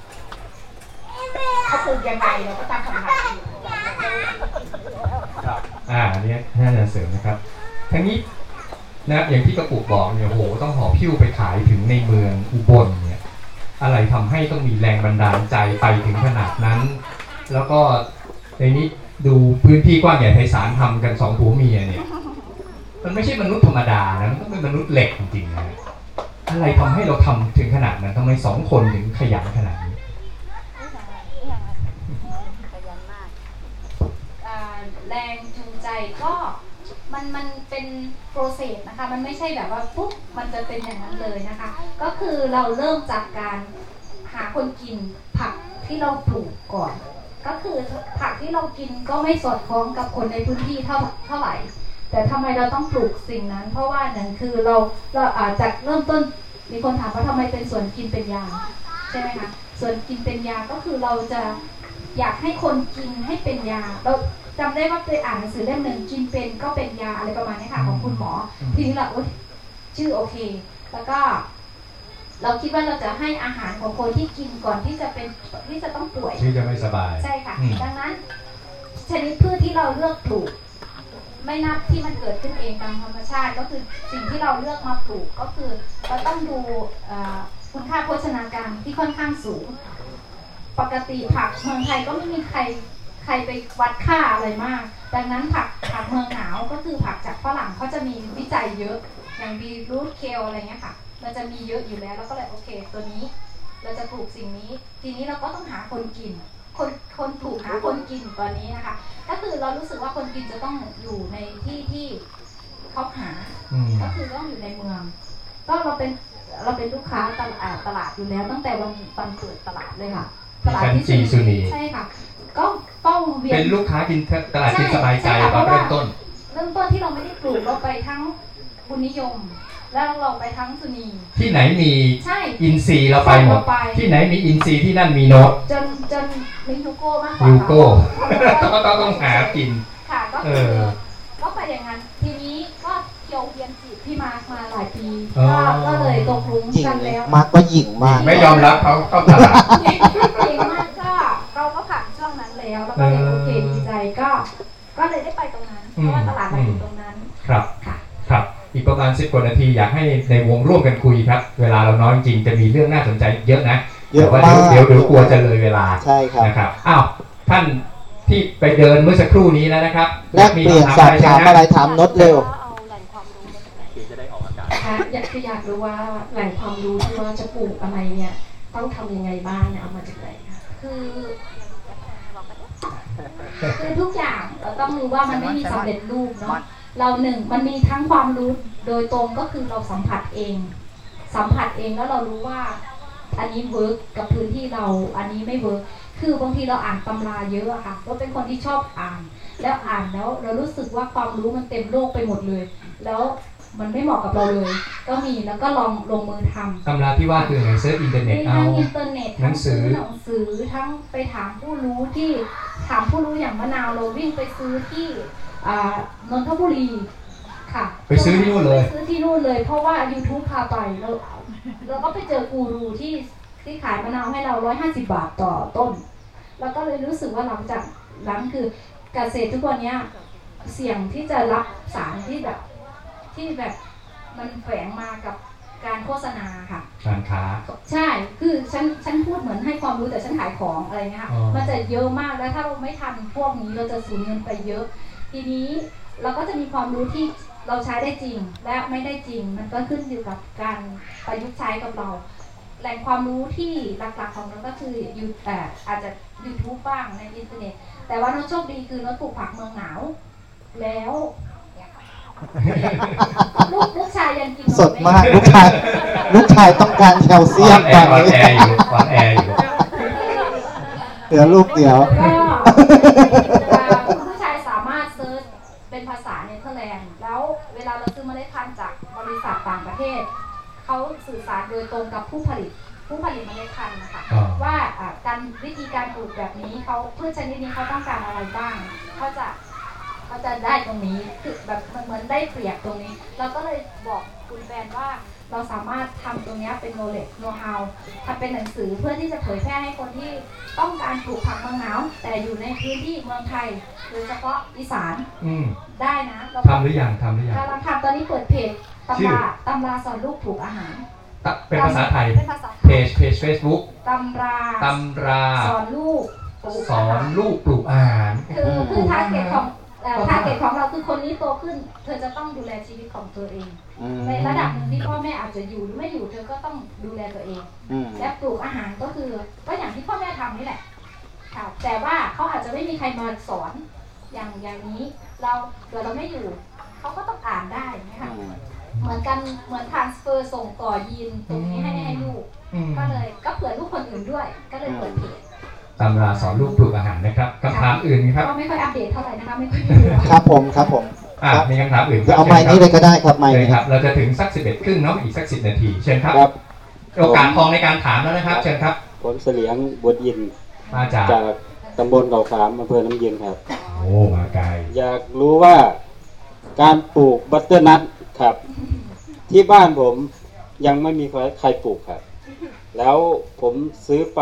เขาปลูกยังไงเราก็ตั้งคำถามอ่าเนี่ยน่าจะเสริมนะครับทั้งนี้นะอย่างที่กระปุกบอกเนี่ยโหต้องหอบพิ้วไปขายถึงในเมืองอุบลเนี่ยอะไรทำให้ต้องมีแรงบันดาลใจไปถึงขนาดนั้นแล้วก็ในนี้ดูพื้นที่กว้างใหญ่ไพศาลทำกันสองผัวเมียเนี่ยมันไม่ใช่มนุษย์ธรรมดานะมันต้องเป็นมนุษย์เหล็กจริงๆนะอะไรทำให้เราทำถึงขนาดนั้นทำไมสองคนถึงขยันขนาดนี้ขยันมากอ่าแรงจูงใจก็มันมันเป็นโปรเซสนะคะมันไม่ใช่แบบว่าปุ๊บมันจะเป็นอย่างนั้นเลยนะคะก็คือเราเริ่มจากการหาคนกินผักที่เราปลูกก่อน ก็คือผักที่เรากินก็ไม่สอดคล้องกับคนในพื้นที่เท่าเท่าไหร่แต่ทำไมเราต้องปลูกสิ่งนั้นเพราะว่าหนึ่งคือเราเราอาจจะเริ่มต้นมีคนถามว่าทำไมเป็นสวนกินเป็นยาใช่ไหมคะสวนกินเป็นยาก็คือเราจะอยากให้คนกินให้เป็นยาเราจำได้ว่าเคยอ่านหนังสือเล่มหนึ่งกินเป็นก็เป็นยาอะไรประมาณนี้ค่ะของคุณหมอทีนี้เราชื่อโอเคแล้วก็เราคิดว่าเราจะให้อาหารของคนที่กินก่อนที่จะเป็นที่จะต้องป่วยที่จะไม่สบายใช่ค่ะดังนั้นชนิดพืชที่เราเลือกปลูกไม่นับที่มันเกิดขึ้นเองตามธรรมชาติก็คือสิ่งที่เราเลือกมาปลูกก็คือเราต้องดูคุณค่าโภชนาการที่ค่อนข้างสูงปกติผักเมืองไทยก็ไม่มีใครใครไปวัดค่าอะไรมากดังนั้นผักผักเมืองหนาวก็คือผักจากฝรั่งเขาจะมีวิจัยเยอะอย่างบีรูทเคลอะไรเงี้ยค่ะมันจะมีเยอะอยู่แล้วแล้วก็เลยโอเคตัวนี้เราจะปลูกสิ่งนี้ทีนี้เราก็ต้องหาคนกินคนคนปลูกหาคนกินตอนนี้นะคะก็คือเรารู้สึกว่าคนกินจะต้องอยู่ในที่ที่เขาหาก็คือต้องอยู่ในเมืองก็เราเป็นเราเป็นลูกค้าตลาดตลาดอยู่แล้วตั้งแต่วันวันเปิดตลาดเลยค่ะตลาดที่จีซูนีใช่ค่ะก็เป้าเวียนเป็นลูกค้ากินตลาดที่สบายใจตอนเริ่มต้นเริ่มต้นที่เราไม่ได้ปลูกเราไปทั้งบุญนิยมแล้วเราไปทั้งสุนีที่ไหนมีอินทรีย์เราไปหมดที่ไหนมีอินทรีย์ที่นั่นมีโน้ตจนจนมียูโก้มากกว่ายูโก้ต้องต้องต้องหากินค่ะก็คือก็ไปอย่างนั้นทีนี้ก็เกี่ยวเยียนจีบพี่มาร์คมาหลายปีก็เลยตกหลุมกันแล้วมาร์คก็หยิ่งมากไม่ยอมรับเขาเข้าตลาดหยิ่งมากก็เราก็ผ่านช่วงนั้นแล้วแล้วก็เลยโอเคดีใจก็ก็เลยได้ไปตรงนั้นเพราะว่าตลาดเราอยู่ตรงนั้นครับค่ะครับอีกประมาณสิบกว่านาทีอยากให้ในวงร่วมกันคุยครับเวลาเราน้อยจริงจะมีเรื่องน่าสนใจเยอะนะเยอะมากเดี๋ยวเดี๋ยวกลัวจะเลยเวลาใช่ครับนะครับอ้าวท่านที่ไปเดินเมื่อสักครู่นี้แล้วนะครับแลกเปลี่ยนสอบถามอะไรถามนดเร็วจะได้ออกอากาศอยากอยากรู้ว่าแหล่งความรู้ที่ว่าจะปลูกอะไรเนี่ยต้องทำยังไงบ้างเนี่ยเอามาจากไหนคะคือคือทุกอย่างเราต้องรู้ว่ามันไม่มีสำเร็จรูปเนาะเราหนึ่งมันมีทั้งความรู้โดยตรงก็คือเราสัมผัสเองสัมผัสเองแล้วเรารู้ว่าอันนี้เวิร์กกับพื้นที่เราอันนี้ไม่เวิร์กคือบางทีเราอ่านตำราเยอะอะค่ะเราเป็นคนที่ชอบอ่านแล้วอ่านแล้วเรารู้สึกว่าความรู้มันเต็มโลกไปหมดเลยแล้วมันไม่เหมาะกับเราเลยก็มีแล้วก็ลองลงมือทำตำราที่ว่าคือไงเซิร์ชอินเทอร์เน็ตเอาทั้งอินเทอร์เน็ตทั้งซื้อหนังสือทั้งไปถามผู้รู้ที่ถามผู้รู้อย่างมะนาวเราวิ่งไปซื้อที่นนทบุรีค่ะไปซื้อที่นู่นเลยซื้อที่นู่นเลยเพราะว่า YouTube พาไปเราเราก็ไปเจอกูรูที่ที่ขายมะนาวให้เราหนึ่งร้อยห้าสิบบาทต่อต้นแล้วก็เลยรู้สึกว่าหลังจากหลังคือเกษตรทุกวันนี้เสี่ยงที่จะรับสารที่แบบที่แบบมันแฝงมากับการโฆษณาค่ะการค้าใช่คือฉันฉันพูดเหมือนให้ความรู้แต่ฉันขายของอะไรเงี้ยค่ะมันจะเยอะมากแล้วถ้าเราไม่ทันพวกนี้เราจะสูญเงินไปเยอะทีนี้เราก็จะมีความรู้ที่เราใช้ได้จริงและไม่ได้จริงมันก็ขึ้นอยู่กับการประยุกต์ใช้กับเราแหล่งความรู้ที่หลักๆของเราก็คืออยู่แต่อาจจะ YouTube บ้างในอินเทอร์เน็ตแต่ว่าโชคดีคือเราปลูกผักเมืองหนาวแล้วลูกลูกชายยังกินสดมากลูกชายลูกชายต้องการแคลเซียมตอนนี้แอร์อยู่ตอนแอร์อยู่เดี๋ยวลูกเดี๋ยวคุณผู้ชายสามารถเซิร์ชเป็นภาษาเนเธอร์แลนด์แล้วเวลาเราซื้อเมล็ดพันธุ์จากบริษัทต่างประเทศเขาสื่อสารโดยตรงกับผู้ผลิตผู้ผลิตเมล็ดพันธุ์นะคะว่าการวิธีการปลูกแบบนี้เขาพืชชนิดนี้เขาต้องการอะไรบ้างเขาจะเขาจะได้ตรงนี้คือแบบมันเหมือนได้เปรียบตรงนี้เราก็เลยบอกคุณแฟนว่าเราสามารถทำตรงนี้เป็น knowledge know how ทำเป็นหนังสือเพื่อที่จะเผยแพร่ให้คนที่ต้องการปลูกผักเมืองหนาวแต่อยู่ในพื้นที่เมืองไทยโดยเฉพาะอีสานได้นะทำหรือยังทำหรือยังกำลังทำตอนนี้เปิดเพจตำราตำราสอนลูกปลูกอาหารเป็นภาษาไทยเพจเพจ Facebook ตำราตำราสอนลูกสอนลูกปลูกอาหารคือคือทาร์เก็ตของทาร์เก็ตของเราคือคนนี้โตขึ้นเธอจะต้องดูแลชีวิตของตัวเองในระดับหนึ่งที่พ่อแม่อาจจะอยู่หรือไม่อยู่เธอก็ต้องดูแลตัวเองและปลูกอาหารก็คือก็อย่างที่พ่อแม่ทำนี่แหละค่ะแต่ว่าเขาอาจจะไม่มีใครมาสอนอย่างอย่างนี้เราเดี๋ยวเราไม่อยู่เขาก็ต้องอ่านได้นะคะเหมือนกันเหมือนทรานสเฟอร์ส่งต่อยีนตรงนี้ให้ให้ลูกก็เลยก็เผื่อลูกคนอื่นด้วยก็เลยเปิดเพจตำราสอนลูกปลูกอาหารนะครับคำถามอื่นครับก็ไม่ค่อยอัปเดตเท่าไหร่นะคะไม่ค่อยมีครับผมครับผมอ่ามีคำถามอื่นเอาไม้นี้เลยก็ได้ครับไม้นี้ครับเราจะถึงสักสิบเอ็ดครึ่งเนาะอีกสักสิบนาทีเชิญครับโอกาสทองในการถามแล้วนะครับเชิญครับผมเสลียงบวชยินมาจากจากตำบลเก่าขามอำเภอน้ำเย็นครับโอ้มาไกลอยากรู้ว่าการปลูกบัตเตอร์นัทครับที่บ้านผมยังไม่มีใครปลูกครับแล้วผมซื้อไป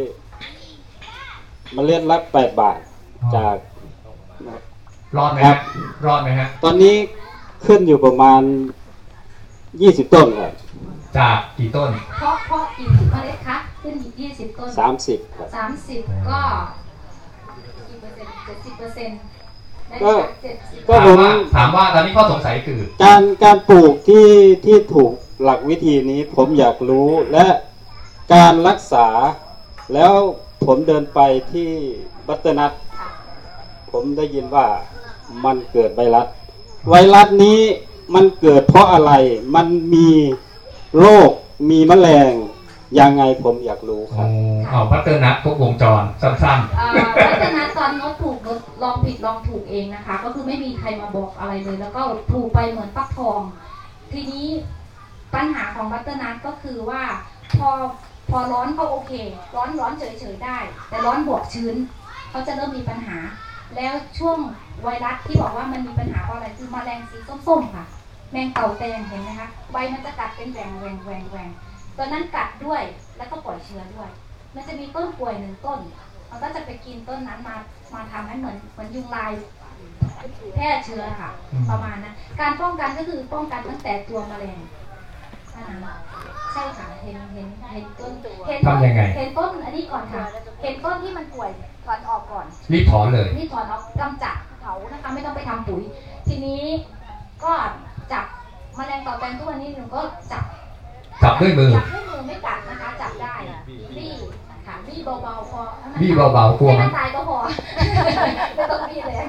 เมล็ดละแปดบาทจากรอดไหมครับรอดไหมฮะตอนนี้ขึ้นอยู่ประมาณยี่สิบต้นครับจากกี่ต้นเพราะเพราะกี่เมล็ดคะขึ้นยี่สิบต้นสามสิบครับสามสิบก็กี่เปอร์เซ็นต์เจ็ดสิบเปอร์เซ็นต์ก็ก็ผมถามว่าตอนนี้ข้อสงสัยคือการการปลูกที่ที่ถูกหลักวิธีนี้ผมอยากรู้และการรักษาแล้วผมเดินไปที่บัตเตอร์นัทผมได้ยินว่ามันเกิดไวรัสไวรัสนี้มันเกิดเพราะอะไรมันมีโรคมีแมลงยังไงผมอยากรู้ครับเอาบัตเตอร์นัทพวกวงจรสั้นๆบัตเตอร์นัทตอนน้องถูกลองผิดลองถูกเองนะคะก็คือไม่มีใครมาบอกอะไรเลยแล้วก็ถูกไปเหมือนฟักทองทีนี้ปัญหาของบัตเตอร์นัทก็คือว่าพอพอร้อนเขาโอเคร้อนร้อนเฉยๆได้แต่ร้อนบวกชื้นเขาจะเริ่มมีปัญหาแล้วช่วงไวรัสที่บอกว่ามันมีปัญหาเพราะอะไรคือแมลงสีส้มๆค่ะแมงเต่าแตงเห็นไหมคะใบมันจะกัดเป็นแหว่งแหว่งแหว่งแหว่งตอนนั้นกัดด้วยแล้วก็ปล่อยเชื้อด้วยมันจะมีต้นกล้วยหนึ่งต้นมันก็จะไปกินต้นนั้นมามาทำให้เหมือนเหมือนยุงลายแพร่เชื้อค่ะประมาณนั้นการป้องกันก็คือป้องกันตั้งแต่ตัวแมลงใช่ค่ะเห็นเห็นเห็นต้นเห็นต้นเห็นต้นอันนี้ก่อนค่ะเห็นต้นที่มันป่วยถอนออกก่อนรีบถอนเลยรีบถอนออกกำจัดเผานะคะไม่ต้องไปทำปุ๋ยทีนี้ก็จับแมลงเต่าแตงทุกวันนี้หนูก็จับจับด้วยมือจับด้วยมือไม่กัดนะคะจับได้บี้ค่ะบี้เบาๆพอบี้เบาๆกลัวไม่ตายก็พอไม่ต้องบี้แรง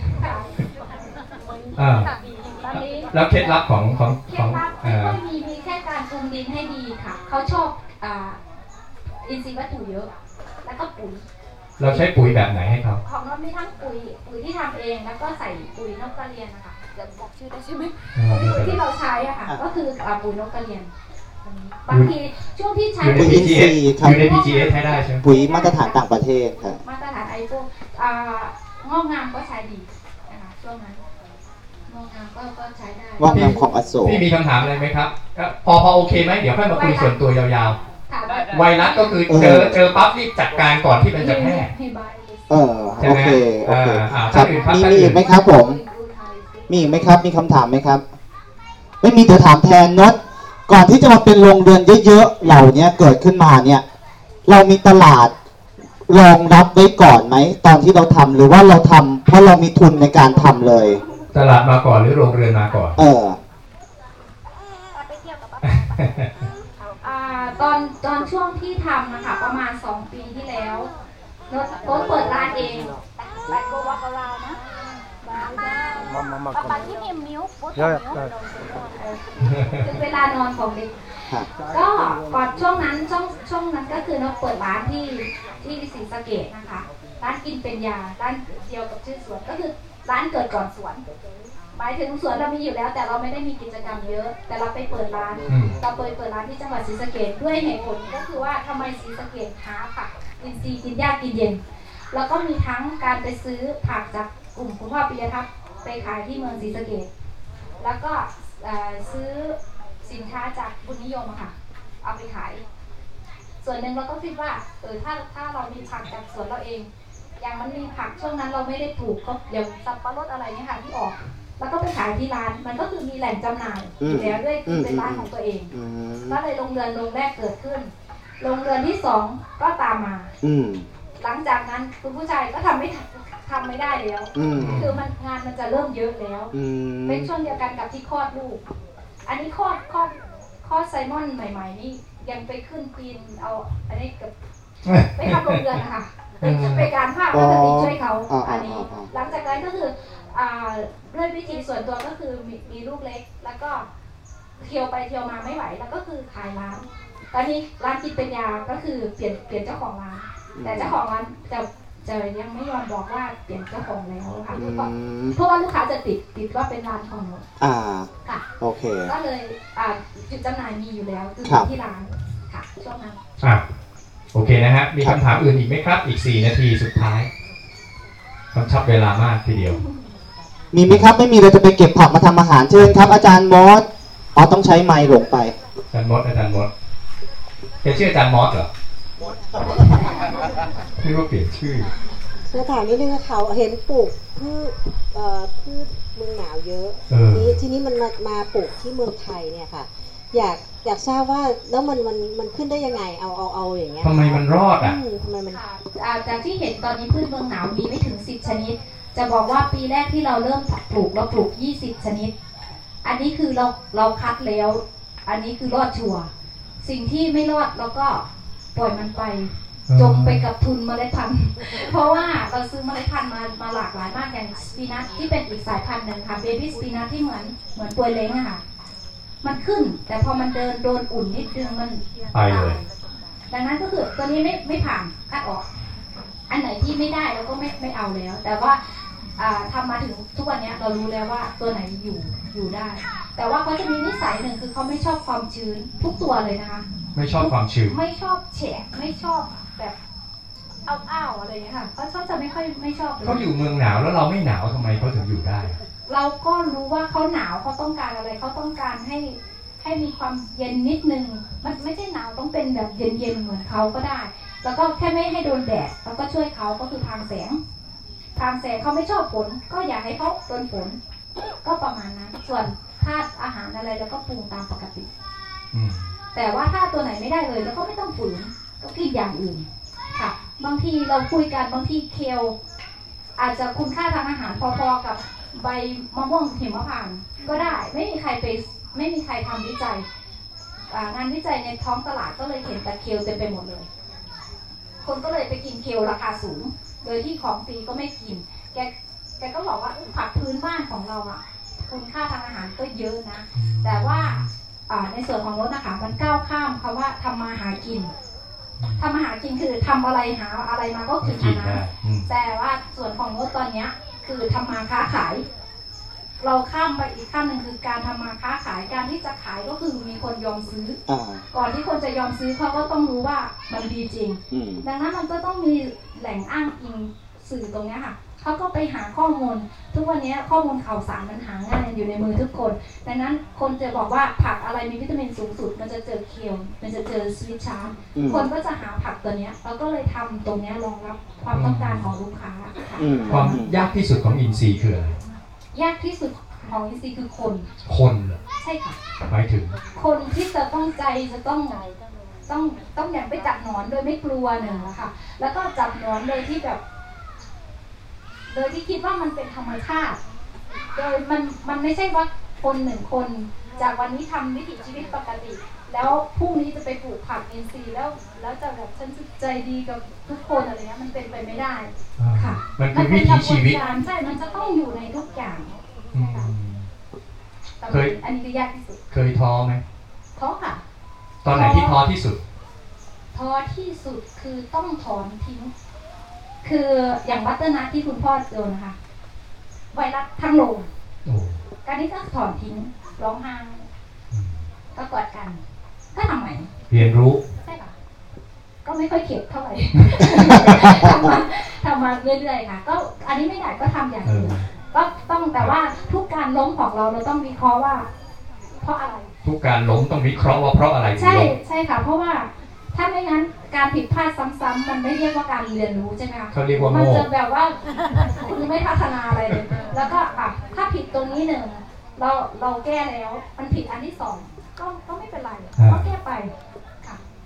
อ่าแล้วเคล็ดลับของของของก็มีมีแค่การปรุงดินให้ดีค่ะเขาชอบอ่าอินทรีย์วัตถุเยอะแล้วก็ปุ๋ยเราใช้ปุ๋ยแบบไหนให้เขาของเรามีทั้งปุ๋ยปุ๋ยที่ทำเองแล้วก็ใส่ปุ๋ยนกกระเรียนนะคะเดี๋ยวบอกชื่อได้ใช่ไหมปุ๋ยที่เราใช้อ่ะค่ะก็คือปุ๋ยนกกระเรียนบางทีช่วงที่ใช้ปุ๋ย พี จี เอส อยู่ใน พี จี เอส ใช้ได้ใช่ไหมปุ๋ยมาตรฐานต่างประเทศครับมาตรฐานไอโฟงอกงามก็ใช้ดีนะคะช่วงนั้นงอกงามก็ก็ใช้ได้งอกงามของอโศกพี่มีคำถามอะไรไหมครับพอพอโอเคไหมเดี๋ยวค่อยมาคุยส่วนตัวยาวๆไวรัสก็คือเจอเจอปั๊บรีบจัดการก่อนที่มันจะแพร่เออโอเคโอเคครับมีมีอีกไหมครับผมมีอีกไหมครับมีคำถามไหมครับไม่มีจะถามแทนนดก่อนที่จะมาเป็นโรงเรือนเยอะๆเหล่านี้เกิดขึ้นมาเนี่ยเรามีตลาดรองรับไว้ก่อนไหมตอนที่เราทำหรือว่าเราทำเพราะเรามีทุนในการทำเลยตลาดมาก่อนหรือโรงเรือนมาก่อนเออตอนตอนช่วงที่ทำนะคะประมาณสองปีที่แล้วรถรถเปิดร้านเองแต่ก็ว่ากับเรานะปาที่มีมิ้วปุ๊บถึงเวลานอนของเด็กก็ก่อนช่วงนั้นช่วงช่วงนั้นก็คือเราเปิดร้านที่ที่ศรีสะเกษนะคะร้านกินเป็นยาร้านเดียวกับชื่อสวนก็คือร้านเกิดก่อนสวนหมายถึงสวนเรามีอยู่แล้วแต่เราไม่ได้มีกิจกรรมเยอะแต่เราไปเปิดร้านเราเปิดเปิดร้านที่จังหวัดศรีสะเกษด้วยเหตุผลก็คือว่าทำไมศรีสะเกษหาผักอินทรีย์กินยากกินเย็นแล้วก็มีทั้งการไปซื้อผักจากกลุ่มคุณพ่อปิยทัศน์ไปขายที่เมืองศรีสะเกษแล้วก็ซื้อสินค้าจากบุญนิยมค่ะเอาไปขายส่วนหนึ่งเราก็คิดว่าเออถ้าถ้าเรามีผักจากสวนเราเองอย่างมันมีผักช่วงนั้นเราไม่ได้ปลูกก็อย่างสับปะรดอะไรเนี่ยค่ะที่ออกแล้วก็ไปขายที่ร้านมันก็คือมีแหล่งจำหน่ายอยู่แล้วด้วยเป็นร้านของตัวเองก็เลยโรงเรือนโรงแรกเกิดขึ้นโรงเรือนที่สองก็ตามมาหลังจากนั้นคุณผู้ชายก็ทำไม่ทำไม่ได้แล้วคือมันงานมันจะเริ่มเยอะแล้วเป็นช่วงเดียวกันกับที่คลอดลูกอันนี้คลอดคลอดคลอดไซมอนใหม่ๆนี่ยังไปขึ้นปีนเอาอันนี้กับไปทำโรงเรือนนะคะไปการภาคก็จะติดช่วยเขาอันนี้หลังจากนั้นก็คือด้วยวิธีส่วนตัวก็คือมีมีลูกเล็กแล้วก็เที่ยวไปเที่ยวมาไม่ไหวแล้วก็คือขายร้านตอนนี้ร้านกินเป็นยาก็คือเปลี่ยนเปลี่ยนเจ้าของร้านแต่เจ้าของร้านจะจะยังไม่ยอมบอกว่าเปลี่ยนเจ้าของแล้วค่ะเพราะว่าลูกค้าจะติดติดว่าเป็นร้านของหนูอ่าค่ะโอเคก็เลยอ่าจุดจำหน่ายมีอยู่แล้วคือที่ร้านค่ะช่วงนั้นอ่ะโอเคนะฮะมีคำถามอื่นอีกไหมครับอีกสี่นาทีสุดท้ายกำชับเวลามากทีเดียวมีไหมครับไม่มีเราจะไปเก็บผักมาทำอาหารเชิญครับอาจารย์มอสอ๋อต้องใช้ไมค์ลงไปอาจารย์มอสอาจารย์มอสแกชื่ออาจารย์มอสเหรอไม่รู้เปลี่ยนชื่อจะถามนิดนึงเขาเห็นปลูกพืชเอ่อพืชเมืองหนาวเยอะนี้ทีนี้มันมามาปลูกที่เมืองไทยเนี่ยค่ะอยากอยากทราบว่าแล้วมันมันมันขึ้นได้ยังไงเอาเอาเอาอย่างเงี้ยทำไมมันรอดอ่ะทำไมมันจากที่เห็นตอนนี้พืชเมืองหนาวมีไม่ถึงสิบชนิดจะบอกว่าปีแรกที่เราเริ่มปลูกเราปลูกยี่สิบชนิดอันนี้คือเราเราคัดแล้วอันนี้คือรอดชัวร์สิ่งที่ไม่รอดเราก็ปล่อยมันไปจมไปกับทุนเมล็ดพันธุ์เพราะว่าเราซื้อเมล็ดพันธุ์มามาหลากหลายมากอย่างสปีนัทที่เป็นอีกสายพันธุ์หนึ่งค่ะเบบี้สปีนัทที่เหมือนเหมือนปวยเล้งอะค่ะมันขึ้นแต่พอมันเดินโดนอุ่นนิดนึงมันไปเลยดังนั้นก็คือตัวนี้ไม่ไม่ผ่านคัดออกอันไหนที่ไม่ได้เราก็ไม่ไม่เอาแล้วแต่ว่าทำมาถึงทุกวันนี้เรารู้แล้วว่าตัวไหนอยู่อยู่ได้แต่ว่าเขาจะมีนิสัยหนึ่งคือเขาไม่ชอบความชื้นทุกตัวเลยนะคะไม่ชอบความชื้นไม่ชอบแฉะไม่ชอบแบบอ้าวๆอะไรอย่างเงี้ยค่ะเขาชอบจะไม่ค่อยไม่ชอบเขาอยู่เมืองหนาวแล้วเราไม่หนาวทำไมเขาถึงอยู่ได้เราก็รู้ว่าเขาหนาวเขาต้องการอะไรเขาต้องการให้ให้มีความเย็นนิดนึงมันไม่ใช่หนาวต้องเป็นแบบเย็นๆเหมือนเขาก็ได้แล้วก็แค่ไม่ให้โดนแดดแล้วก็ช่วยเขาก็คือพรางแสงพรางแสงเขาไม่ชอบฝนก็อยากให้เขาโดนฝนก็ประมาณนั้นส่วนธาตุอาหารอะไรแล้วก็ปรุงตามปกติแต่ว่าถ้าตัวไหนไม่ได้เลยแล้วก็ไม่ต้องฝืนก็กินอย่างอื่นค่ะบางทีเราคุยกันบางทีเคลอาจจะคุณค่าทางอาหารพอๆกับใบมะม่วงหิมพานต์ก็ได้ไม่มีใครไปไม่มีใครทำวิจัยงานวิจัยในท้องตลาดก็เลยเห็นแต่เคลเต็มไปหมดเลยคนก็เลยไปกินเคลราคาสูงโดยที่ของฟรีก็ไม่กินแกแกก็บอกว่าผักพื้นบ้านของเราอ่ะคุณค่าทางอาหารก็เยอะนะแต่ว่าในส่วนของรถนะคะมันก้าวข้ามคำว่าทำมาหากินทำมาหากินคือทำอะไรหาอะไรมาก็คืออันนั้นแต่ว่าส่วนของรถตอนนี้คือทำมาค้าขายเราข้ามไปอีกขั้นหนึ่งคือการทำมาค้าขายการที่จะขายก็คือมีคนยอมซื้อก่อนที่คนจะยอมซื้อเขาก็ต้องรู้ว่ามันดีจริงดังนั้นมันก็ต้องมีแหล่งอ้างอิงสื่อตรงนี้ค่ะเขาก็ไปหาข้อมูลทุกวันนี้ข้อมูลข่าวสารมันหาง่ายอยู่ในมือทุกคนดังนั้นคนจะบอกว่าผักอะไรมีวิตามินสูงสุดมันจะเจอเคลมันจะเจอสวิตชาร์ดคนก็จะหาผักตัวนี้เราก็เลยทำตรงนี้รองรับความต้องการของลูกค้าความยากที่สุดของอินทรีย์คืออะไรยากที่สุดของอินทรีย์คือคนคนใช่ค่ะหมายถึงคนที่จะต้องใจจะต้องต้องต้องอย่างไปจับหนอนโดยไม่กลัวหนึ่งนะคะแล้วก็จับหนอนโดยที่แบบโดยที่คิดว่ามันเป็นธรรมชาติโดยมันมันไม่ใช่ว่าคนหนึ่งคนจากวันนี้ทำวิถีชีวิตปกติแล้วพรุ่งนี้จะไปปลูกผักอินทรีย์แล้วแล้วจะแบบฉันใจดีกับทุกคนอะไรเงี้ยมันเป็นไปไม่ได้ค่ะมันคือวิถีชีวิตใช่มันจะต้องอยู่ในทุกอย่างเคยอันนี้คือยากที่สุดเคยท้อไหมท้อค่ะตอนไหนที่ท้อที่สุดท้อที่สุดคือต้องถอนทิ้งคืออย่างบัตเตอร์นัทที่คุณพ่อเจอนะคะไวรัสทั้งโลกการนี้ก็ถอนทิ้งร้องไห้ก็กอดกันก็ทำใหม่เรียนรู้ใช่ค่ะก็ไม่ค่อยเข็ดเท่าไหร่ทำมาทำมาเรื่อยๆค่ะก็อันนี้ไม่ได้ก็ทำอย่างอื่นก็ต้องแต่ว่าทุกการล้มของเราเราต้องวิเคราะห์ว่าเพราะอะไรทุกการล้มต้องวิเคราะห์ว่าเพราะอะไรใช่ใช่ค่ะเพราะว่าถ้าไม่งั้นการผิดพลาดซ้ำๆมันไม่เรียกว่าการเรียนรู้ใช่ไหมคะเขาเรียกว่ามันจะแบบว่าคุณไม่พัฒนาอะไรเลยแล้วก็อ่ะถ้าผิดตรงนี้หนึ่งเราเราแก้แล้วมันผิดอันที่สองก็ก็ไม่เป็นไรก็แก้ไปค่ะแก้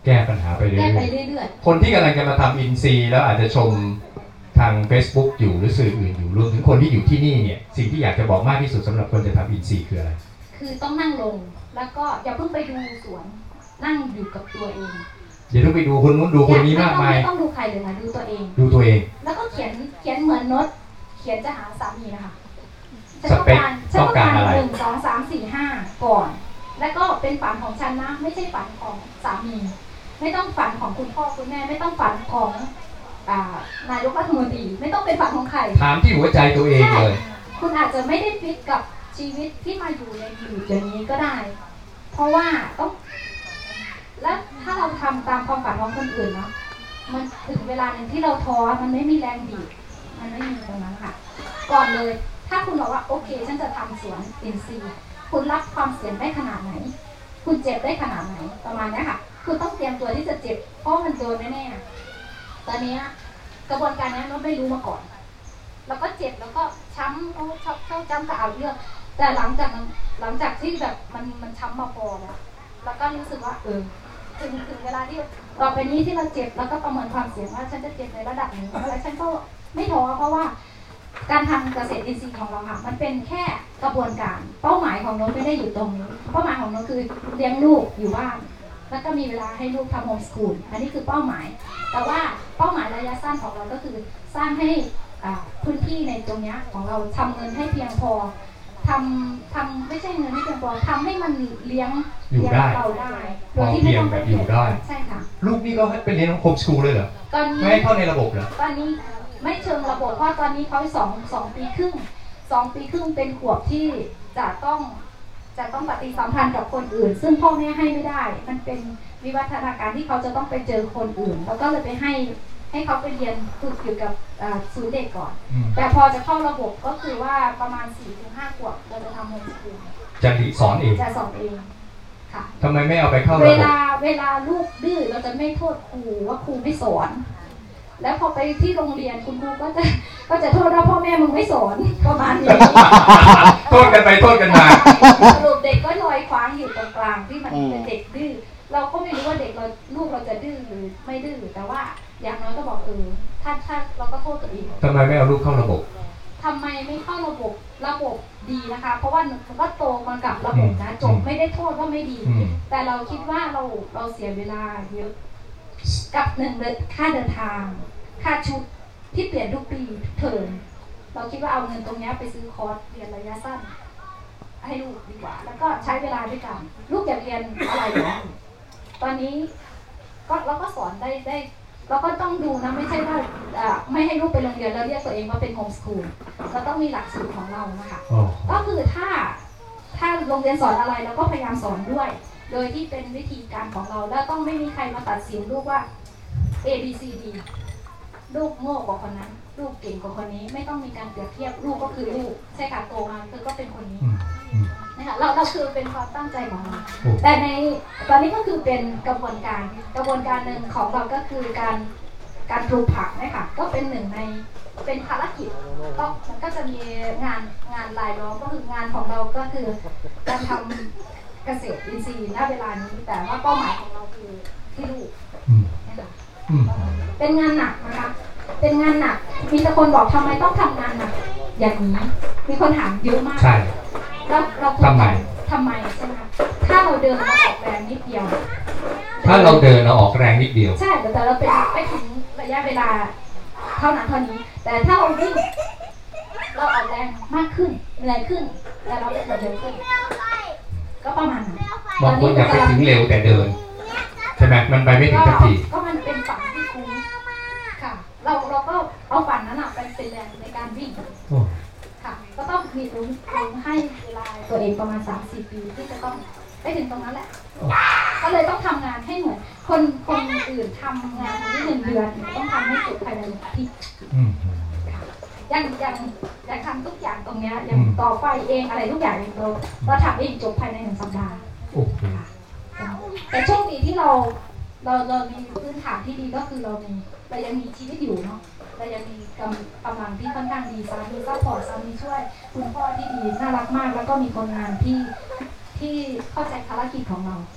ก้ปัญหาไปเรื่อยๆแก้ไปเรื่อยๆคนที่กำลังจะมาทำอินซีย์แล้วอาจจะชมทาง Facebook อยู่หรือสื่ออื่นอยู่รวมถึงคนที่อยู่ที่นี่เนี่ยสิ่งที่อยากจะบอกมากที่สุดสำหรับคนจะทำอินซีย์คืออะไรคือต้องนั่งลงแล้วก็อย่าเพิ่งไปดูสวนนั่งอยู่กับตัวเองอย่าเพิ่งไปดูคนนู้นดูคนนี้มากมายไม่ต้องดูใครเลยนะดูตัวเองดูตัวเองแล้วก็เขียนเขียนเหมือนโน้ตเขียนจะหาสามีนะคะสเปคต้องการอะไรหนึ่งสองสามสี่ห้าก่อนแล้วก็เป็นฝันของฉันนะไม่ใช่ฝันของสามีไม่ต้องฝันของคุณพ่อคุณแม่ไม่ต้องฝันของนายกรัฐมนตรีไม่ต้องเป็นฝันของใครถามที่หัวใจตัวเองเลยคุณอาจจะไม่ได้ฟิตกับชีวิตที่มาอยู่ในอยู่อย่างนี้ก็ได้เพราะว่าต้องแล้วถ้าเราทำตามความฝันของคนอื่นเนาะมันถึงเวลาหนึ่งที่เราท้อมันไม่มีแรงบีบมันไม่มีตรงนั้นค่ะก่อนเลยถ้าคุณบอกว่าโอเคฉันจะทำสวนอินทรีย์คุณรับความเสี่ยงได้ขนาดไหนคุณเจ็บได้ขนาดไหนประมาณนี้ค่ะคุณต้องเตรียมตัวที่จะเจ็บเพราะมันโดนแน่ๆตอนนี้กระบวนการนี้เราไม่รู้มาก่อนแล้วก็เจ็บแล้วก็ช้ำเขาชอบเข้าจ้ำกระเอาเรื่องแต่หลังจากหลังจากที่แบบมันมันช้ำมาพอแล้วแล้วก็รู้สึกว่าเออถึงถึงเวลาที่ต่อไปนี้ที่เราเจ็บแล้วก็ประเมินความเสี่ยงว่าฉันจะเจ็บในระดับนี้แล้วฉันก็ไม่ท้อเพราะว่าการทำเกษตรอินทรีย์ของเราค่ะมันเป็นแค่กระบวนการเป้าหมายของโน้ตไม่ได้อยู่ตรงนี้เป้าหมายของโน้ตคือเลี้ยงลูกอยู่บ้านแล้วก็มีเวลาให้ลูกทำโฮมสคูลอันนี้คือเป้าหมายแต่ว่าเป้าหมายระยะสั้นของเราก็คือสร้างให้พื้นที่ในตรงนี้ของเราทำเงินให้เพียงพอทำทำไม่ใช่เงินให้เพียงพอทำให้มันเลี้ยงอยู่ได้เราได้โดยที่ไม่ต้องแบบอยู่ได้ใช่ค่ะลูกนี่ก็เป็นเรียนโฮมสคูลเลยเหรอไม่ให้เข้าในระบบเหรอตอนนี้ไม่เชิงระบบเพราะตอนนี้เขาสองสองปีครึ่งสองปีครึ่งเป็นขวบที่จะต้องจะต้องปฏิสัมพันธ์กับคนอื่นซึ่งพ่อแม่ให้ไม่ได้มันเป็นวิวัฒนาการที่เขาจะต้องไปเจอคนอื่นแล้วก็เลยไปให้ให้เขาไปเรียนฝึกอยู่กับศูนย์เด็กก่อนแต่พอจะเข้าระบบก็คือว่าประมาณ สี่ถึงห้า ขวบเราจะทำโฮมสคูลจะสอนเองจะสอนเองค่ะทำไมไม่เอาไปเข้าระบบเวลาเวลาลูกดื้อเราจะไม่โทษครูว่าครูไม่สอนแล้วพอไปที่โรงเรียนคุณครูก็จะก็จะโทษว่าพ่อแม่มึงไม่สอนประมาณนี้โทษกันไปโทษกันมาสรุปเด็กก็ลอยคว้างอยู่ตรงกลางที่มันเป็นเด็กดื้อเราก็ไม่รู้ว่าเด็กเราลูกเราจะดื้อหรือไม่ดื้อแต่ว่าอย่างน้อยก็บอกเออถ้าถ้าเราก็โทษตัวเองทำไมไม่เอาลูกเข้าระบบทำไมไม่เข้าระบบระบบดีนะคะเพราะว่ามันก็โตมากับระบบนะจบไม่ได้โทษว่าไม่ดีแต่เราคิดว่าเราเราเสียเวลาเยอะกับหนึ่งเลยค่าเดินทางค่าชุดที่เปลี่ยนทุกปีทุกเทอมเราคิดว่าเอาเงินตรงนี้ไปซื้อคอร์สเรียนระยะสั้นให้ลูกดีกว่าแล้วก็ใช้เวลาด้วยกันลูกอยากเรียนอะไรเนาะตอนนี้ก็เราก็สอนได้ได้เราก็ต้องดูนะไม่ใช่ว่าไม่ให้ลูกไปโรงเรียนแล้วเรียกตัวเองว่าเป็นโฮมสคูลเราต้องมีหลักสูตรของเรานะคะก็คือถ้าถ้าโรงเรียนสอนอะไรเราก็พยายามสอนด้วยโดยที่เป็นวิธีการของเราแล้วต้องไม่มีใครมาตัดสินลูกว่า A B C D ลูกโง่กว่าคนนั้นลูกเก่งกว่าคนนี้ไม่ต้องมีการเปรียบเทียบลูกก็คือลูกใช่ค่ะโตมาคือก็เป็นคนนี้นะคะเราเราคือเป็นความตั้งใจของเราแต่ในตอนนี้ก็คือเป็นกระบวนการกระบวนการหนึ่งของเราก็คือการการปลูกผักนะคะก็เป็นหนึ่งในเป็นภารกิจก็มันก็จะมีงานงานรายล้อมก็คืองานของเราก็คือการทำเกษตรอินทรีย์ณเวลานี้แต่ว่าเป้าหมายของเราคือที่ลูกนะคะเป็นงานหนักนะคะเป็นงานหนักมีแต่คนบอกทำไมต้องทำงานหนักอย่างนี้มีคนถามเยอะมากใช่แล้วเราทำไมทำไมใช่ไหมถ้าเราเดินเราออกแรงนิดเดียวถ้าเราเดินเราออกแรงนิดเดียวใช่แต่เราเป็นไปถึงระยะเวลาเท่านั้นเท่านี้แต่ถ้าเราวิ่งเราออกแรงมากขึ้นเหนื่อยขึ้นแต่เราเดินเร็วขึ้นก็ประมาณนั้นบางคนอยากไปถึงเร็วแต่เดินใช่ไหมมันไปไม่ถึงสักทีก็มันเป็นฝันที่คุ้มค่ะเราเราก็เอาฝันนั้นอ่ะเป็นเป็นแรงในการวิ่งค่ะก็ต้องมีรู้รู้ให้เวลาตัวเองประมาณ สามถึงสี่ ปีที่จะต้องไปถึงตรงนั้นแหละก็เลยต้องทำงานให้เหมือนคนคนอื่นทำงานที่หนึ่งเดือนต้องทำให้จบภายในหนึ่งอาทิตย์ยังยังยังทำทุกอย่างตรงนี้ยังต่อไฟเองอะไรทุกอย่างเองเราเราทำเองจบภายในหนึ่งสัปดาห์แต่โชคดีที่เราเราเรามีพื้นฐานที่ดีก็คือเรามีเรายังมีชีวิตอยู่เนาะเรายังมีกำกำลังที่ค่อนข้างดีสามีซัพพอร์ตสามีช่วยคุณพ่อที่ดีน่ารักมากแล้วก็มีคนงานที่ที่เข้าใจภารกิจของเรา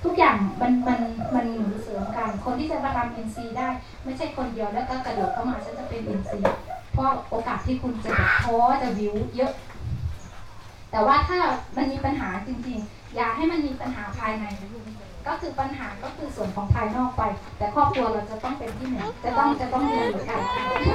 ทุกอย่างมันมันมันหนุนเสริมกันคนที่จะมาทำ เอ็น ซี ได้ไม่ใช่คนเดียวแล้วก็กระโดดเข้ามาฉันจะเป็น เอ็น ซี เพราะโอกาสที่คุณจะแบบท้อจะวิวเยอะแต่ว่าถ้ามันมีปัญหาจริงๆอย่าให้มันมีปัญหาภายในก็คือปัญหาก็คือส่วนของภายนอกไปแต่ครอบครัวเราจะต้องเป็นที่หนึ่งจะต้องจะต้องมีเหมือนกัน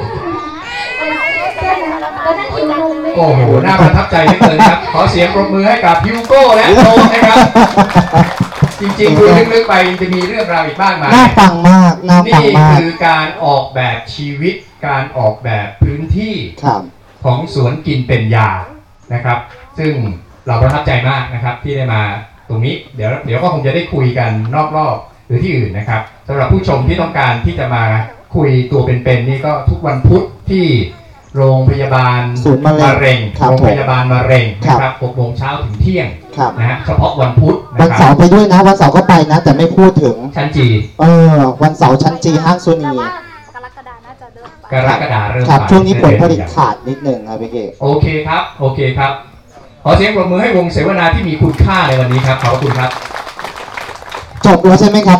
ก็นั่นหิวนุ่มเลยโอ้โหน่าประทับใจเหลือเกินครับขอเสียงปรบมือให้กับฮิวโก้และโรมนะครับจริงๆดูลึกๆไปจะมีเรื่องราวอีกมากมายน่าฟังมากน่าฟังนี่มากคือการออกแบบชีวิตการออกแบบพื้นที่ครับของสวนกินเป็นยานะครับ ซึ่งเราประทับใจมากนะครับที่ได้มาตรงนี้เดี๋ยวเดี๋ยวก็คงจะได้คุยกันนอกรอบหรือที่อื่นนะครับสำหรับผู้ชมที่ต้องการที่จะมาคุยตัวเป็นๆนี่ก็ทุกวันพุธที่โรงพยาบาลศูนย์มะเร็งเร็งครับโรงพยาบาลมะเร็งครับนะครับหกโมงเช้าถึงเที่ยงครับนะฮะเฉพาะวันพุธนะวันครัเสาบร์ไปด้วยนะวันเสาร์ก็ไปนะ แต่ไม่พูดถึงชั้นจีเออวันเสาร์ชั้นจีห้างซุนีกรกฎาน่าจะเริ่มไปกรกฎาเริ่มครับไปช่วงนี้ผลผลิตขาดนิดหนึ่งครับพี่เกศโอเคครับโอเคครับขอเสียงปรบมือให้วงเสวนาที่มีคุณค่าในวันนี้ครับขอบคุณครับจบแล้วใช่ไหมครับ